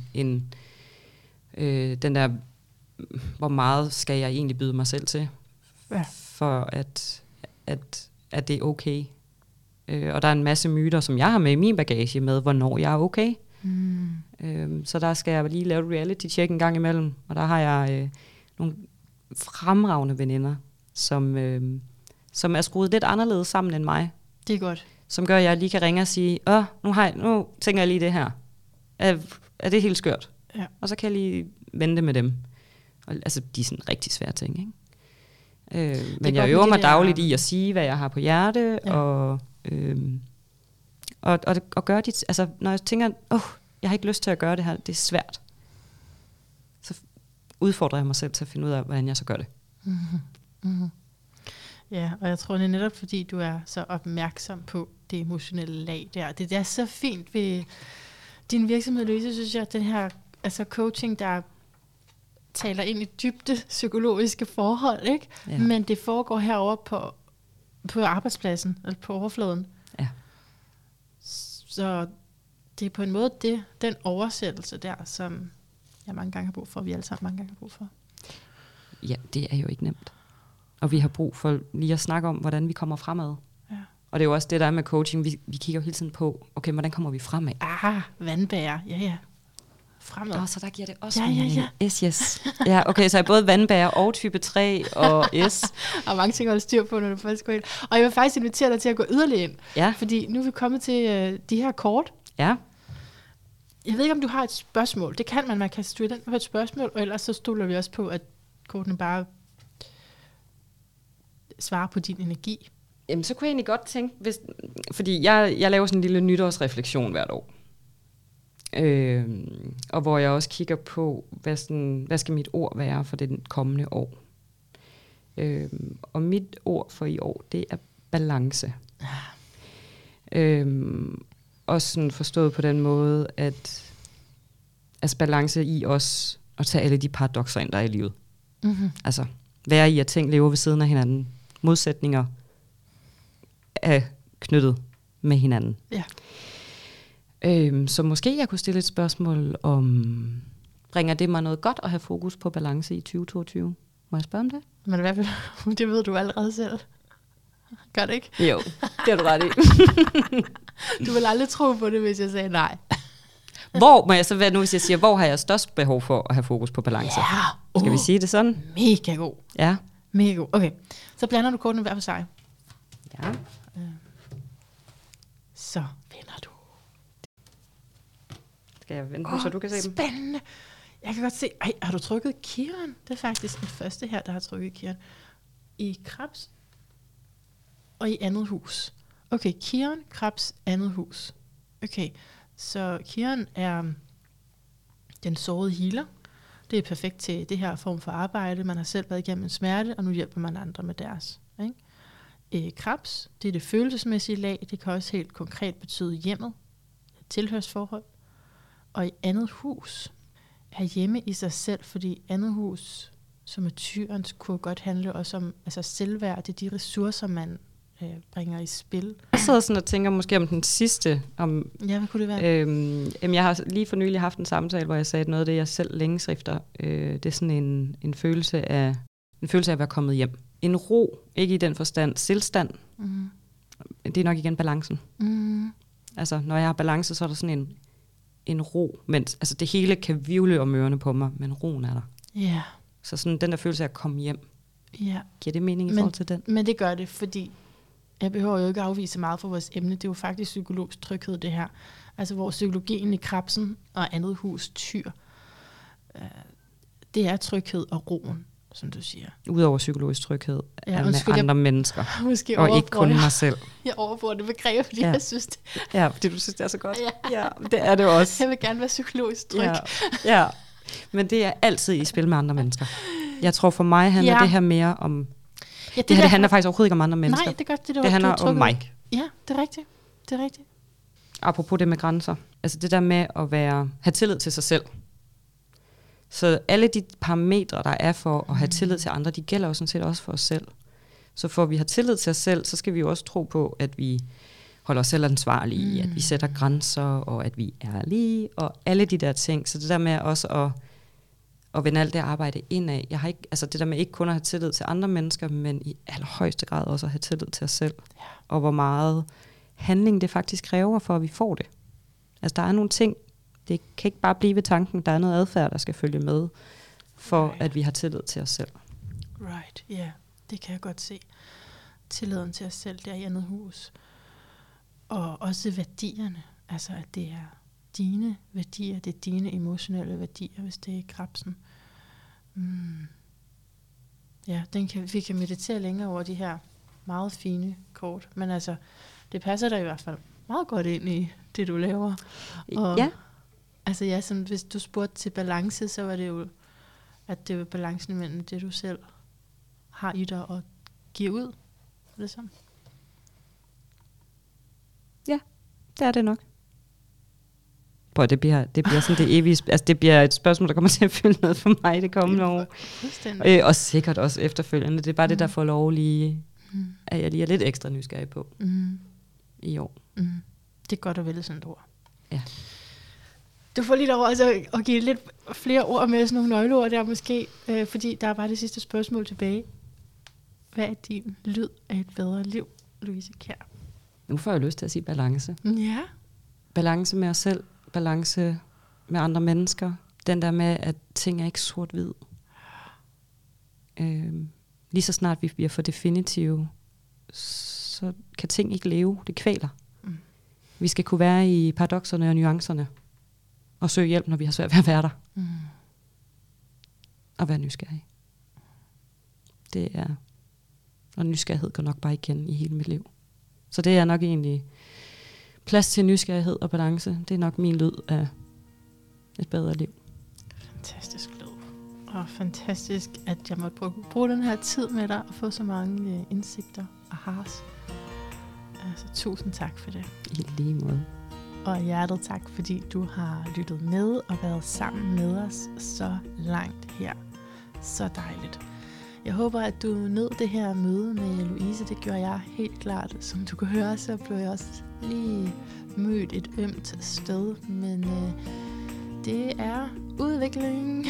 den der, hvor meget skal jeg egentlig byde mig selv til, for at det er okay. Og der er en masse myter, som jeg har med i min bagage med, hvornår jeg er okay. Så der skal jeg lige lave et reality-check en gang imellem, og der har jeg nogle fremragende veninder, som er skruet lidt anderledes sammen end mig. Det er godt. Som gør, at jeg lige kan ringe og sige, nu tænker jeg lige det her. Er det helt skørt? Ja. Og så kan jeg lige vente med dem. Og, altså, de er sådan rigtig svære ting, ikke? Men jeg øver mig dagligt i at sige, hvad jeg har på hjerte, og gøre dit, altså, når jeg tænker, jeg har ikke lyst til at gøre det her, det er svært. Så udfordrer jeg mig selv til at finde ud af, hvordan jeg så gør det. Mm-hmm. Mm-hmm. Ja, og jeg tror, det er netop fordi, du er så opmærksom på det emotionelle lag der. Det er så fint ved din virksomhed, Louise, synes jeg, den her coaching, der taler ind i dybde psykologiske forhold, ikke? Ja. Men det foregår herovre på arbejdspladsen, eller på overfladen. Ja. Så det er på en måde den oversættelse der, som jeg mange gange har brug for, og vi alle sammen mange gange har brug for. Ja, det er jo ikke nemt. Og vi har brug for lige at snakke om, hvordan vi kommer fremad. Ja. Og det er jo også det, der er med coaching. Vi kigger jo hele tiden på, okay, hvordan kommer vi fremad? Vandbærer. Ja. Fremad. Så der giver det også yes. Ja, okay, så er både vandbærer og type 3 og S. Og mange ting at holde styr på, når du først går ind. Og jeg vil faktisk invitere dig til at gå yderligere ind. Ja. Fordi nu er vi kommet til de her kort. Ja. Jeg ved ikke, om du har et spørgsmål. Det kan man kan stille den på et spørgsmål, og ellers så stoler vi også på, at kortene bare svare på din energi? Jamen, så kunne jeg egentlig godt tænke, fordi jeg laver sådan en lille nytårsreflektion hvert år. Og hvor jeg også kigger på, hvad skal mit ord være for det kommende år. Og mit ord for i år, det er balance. Også sådan forstået på den måde, at altså balance i os at tage alle de paradokser ind, der er i livet. Mm-hmm. Altså være i, at ting lever ved siden af hinanden. Modsætninger er knyttet med hinanden. Ja. Så måske jeg kunne stille et spørgsmål om, bringer det mig noget godt at have fokus på balance i 2022? Må jeg spørge om det? Men i hvert fald, det ved du allerede selv. Gør det ikke? Jo, det har du ret i. Du vil aldrig tro på det, hvis jeg sagde nej. Hvor, må jeg så være nu, hvis jeg siger, hvor har jeg størst behov for at have fokus på balance? Ja. Skal vi sige det sådan? Mega god. Ja. Mega god. Okay, så blander du kortene hver for sig. Ja. Så vinder du. Skal jeg vente på, så du kan se dem? Spændende. Jeg kan godt se. Ej, har du trykket Kiron? Det er faktisk den første her, der har trykket Kiron. I Krebs og i andet hus. Okay, Kiron, Krebs, andet hus. Okay, så Kiron er den sårede healer. Det er perfekt til det her form for arbejde. Man har selv været igennem en smerte, og nu hjælper man andre med deres. Ikke? Krebs, det er det følelsesmæssige lag. Det kan også helt konkret betyde hjemmet, tilhørsforhold. Og i andet hus er hjemme i sig selv, fordi andet hus, som er tyrens, kunne godt handle også om altså selvværd. Det er de ressourcer, man bringer i spil. Jeg sidder sådan og tænker måske om den sidste. Ja, hvad kunne det være? Jeg har lige for nylig haft en samtale, hvor jeg sagde, at noget af det, jeg selv længes efter, det er sådan en følelse af at være kommet hjem. En ro, ikke i den forstand, stilstand. Mm. Det er nok igen balancen. Mm. Altså, når jeg har balance, så er der sådan en ro, mens altså det hele kan virvle om ørerne på mig, men roen er der. Ja. Yeah. Så sådan den der følelse af at komme hjem. Ja. Yeah. Giver det mening i forhold til den? Men det gør det, fordi jeg behøver jo ikke at afvise meget for vores emne. Det er jo faktisk psykologisk tryghed, det her. Altså hvor psykologien i Krebsen og andet hus tyr, det er tryghed og roen, som du siger. Udover psykologisk tryghed med andre mennesker. Og ikke kun mig selv. Jeg overbruger det begreb, fordi jeg synes det. Ja, fordi du synes, det er så godt. Ja, det er det også. Jeg vil gerne være psykologisk tryg. Ja. Men det er altid i spil med andre mennesker. Jeg tror for mig handler det her mere om... Ja, det handler faktisk overhovedet ikke om andre mennesker. Nej, det gør det. Det handler om mig. Ja, det er rigtigt. Det er rigtigt. Apropos det med grænser. Altså det der med at have tillid til sig selv. Så alle de parametre, der er for at have tillid til andre, de gælder jo sådan set også for os selv. Så for at vi har tillid til os selv, så skal vi jo også tro på, at vi holder os selv ansvarlige, at vi sætter grænser, og at vi er ærlige, og alle de der ting. Så det der med også at vende alt det arbejde indad. Jeg har ikke, altså det der med ikke kun at have tillid til andre mennesker, men i allerhøjeste grad også at have tillid til os selv. Ja. Og hvor meget handling det faktisk kræver, for at vi får det. Altså der er nogle ting, det kan ikke bare blive ved tanken, der er noget adfærd, der skal følge med, for at vi har tillid til os selv. Right, ja, det kan jeg godt se. Tilliden til os selv, der i andet hus. Og også værdierne, altså at det er dine værdier, det er dine emotionelle værdier, hvis det er Krebsen. Ja, vi kan meditere længere over de her meget fine kort, men altså, det passer der i hvert fald meget godt ind i det, du laver. Og, ja. Altså ja, som hvis du spurgte til balance, så var det jo, at det var balancen mellem det, du selv har i dig og giver ud. Er det sådan? Ja, det er det nok. Bro, det bliver sådan det evige, altså det bliver et spørgsmål, der kommer til at fylde noget for mig det kommende år. Og sikkert også efterfølgende. Det er bare det, der får lov lige, at jeg lige er lidt ekstra nysgerrig på i år. Det er godt at vælge sådan et ord. Ja. Du får lige lov altså at give lidt flere ord med sådan nogle nøgleord der måske, fordi der er bare det sidste spørgsmål tilbage. Hvad er din lyd af et bedre liv, Louise Kjær? Nu får jeg lyst til at sige balance. Ja. Balance med os selv, balance med andre mennesker. Den der med, at ting er ikke sort-hvid. Lige så snart vi bliver for definitive, så kan ting ikke leve. Det kvæler. Vi skal kunne være i paradokserne og nuancerne. Og søge hjælp, når vi har svært ved at være der. Og være nysgerrige. det er, og nysgerrighed går nok bare igen i hele mit liv. Så det er nok egentlig plads til nysgerrighed og balance. Det er nok min lyd af et bedre liv. Fantastisk lyd. Og fantastisk, at jeg måtte bruge den her tid med dig og få så mange indsigter og hars. Altså, tusind tak for det. I lige måde. Og hjertet tak, fordi du har lyttet med og været sammen med os så langt her. Så dejligt. Jeg håber, at du nød det her møde med Louise. Det gjorde jeg helt klart. Som du kan høre, så blev jeg også lige mødt et ømt sted. Men det er udvikling.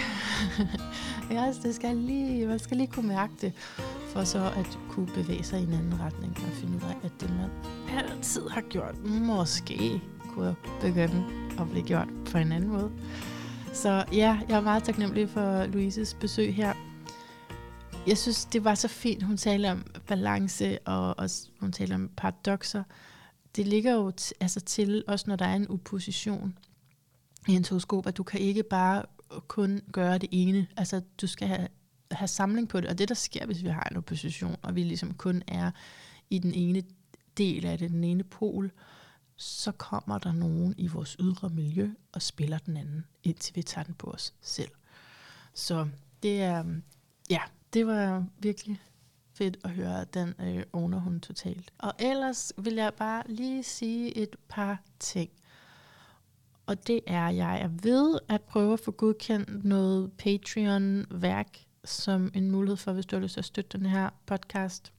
Man skal lige kunne mærke det, for så at kunne bevæge sig i en anden retning og finde ud af, at det man altid har gjort, måske kunne begynde at blive gjort på en anden måde. Så ja, jeg er meget taknemmelig for Louises besøg her. Jeg synes, det var så fint. Hun talte om balance, og hun talte om paradokser. Det ligger jo til, også når der er en opposition i en horoskop, at du kan ikke bare kun gøre det ene. Altså, du skal have samling på det. Og det, der sker, hvis vi har en opposition, og vi ligesom kun er i den ene del af det, den ene pol, så kommer der nogen i vores ydre miljø og spiller den anden, indtil vi tager den på os selv. Så det er, det var virkelig fedt at høre, den owner hun totalt. Og ellers vil jeg bare lige sige et par ting. Og det er, jeg er ved at prøve at få godkendt noget Patreon-værk som en mulighed for, hvis du har lyst til at støtte den her podcast.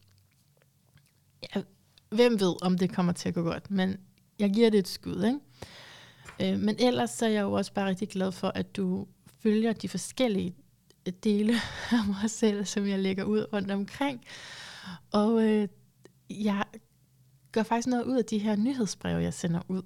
Ja, hvem ved, om det kommer til at gå godt, men jeg giver det et skud, ikke? Men ellers så er jeg jo også bare rigtig glad for, at du følger de forskellige dele af mig selv, som jeg lægger ud rundt omkring. Og jeg gør faktisk noget ud af de her nyhedsbreve, jeg sender ud.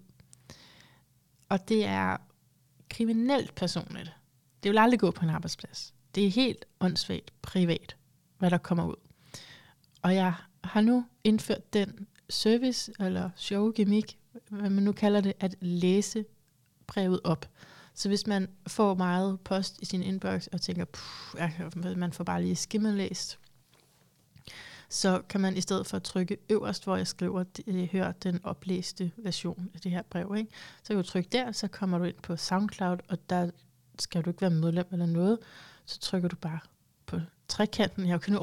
Og det er kriminelt personligt. Det vil aldrig gå på en arbejdsplads. Det er helt åndssvagt privat, hvad der kommer ud. Og jeg har nu indført den service, eller show gimmick, hvad man nu kalder det, at læse brevet op. Så hvis man får meget post i sin inbox, og tænker, man får bare lige skimmelæst, så kan man i stedet for at trykke øverst, hvor jeg skriver, hør den oplæste version af det her brev, ikke? Så kan du trykke der, så kommer du ind på SoundCloud, og der skal du ikke være medlem eller noget. Så trykker du bare på trekanten. Jeg kan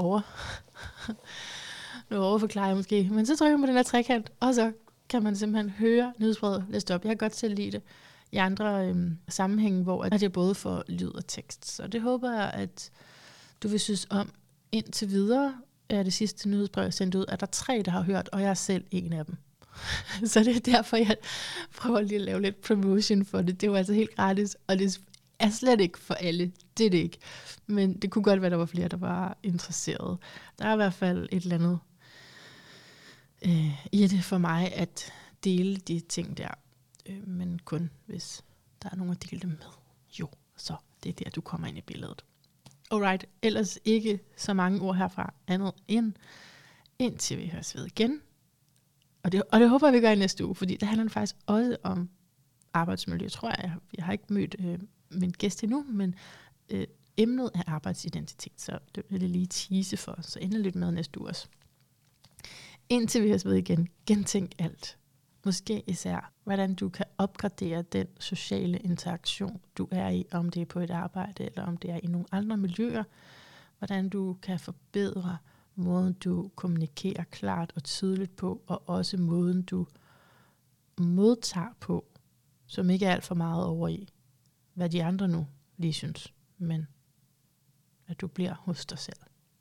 nu overforklarer jeg måske, men så trykker man på den her trekant, og så kan man simpelthen høre nyhedsbrevet læst op. Jeg kan godt selv lide det i andre sammenhænge, hvor at jeg både får lyd og tekst. Så det håber jeg, at du vil synes om. Indtil videre er det sidste nyhedsbrev, jeg sendte ud, at der er 3, der har hørt, og jeg er selv en af dem. Så det er derfor, jeg prøver lige at lave lidt promotion for det. Det er jo altså helt gratis, og det er slet ikke for alle. Det er det ikke. Men det kunne godt være, der var flere, der var interesserede. Der er i hvert fald et eller andet i det for mig, at dele de ting der. Men kun hvis der er nogen at dele dem med. Jo, så det er der, du kommer ind i billedet. Alright, ellers ikke så mange ord herfra andet end indtil vi høres ved igen. Og det håber jeg, vi gør i næste uge, fordi det handler faktisk også om arbejdsmiljø, tror jeg. Jeg har ikke mødt min gæst endnu, men emnet er arbejdsidentitet, så det vil jeg lige tease for, så endelig lidt med næste uge også. Indtil vi høres ved igen, gentænk alt. Måske især, hvordan du kan opgradere den sociale interaktion, du er i, om det er på et arbejde, eller om det er i nogle andre miljøer. Hvordan du kan forbedre måden, du kommunikerer klart og tydeligt på, og også måden, du modtager på, som ikke er alt for meget over i, hvad de andre nu lige synes, men at du bliver hos dig selv.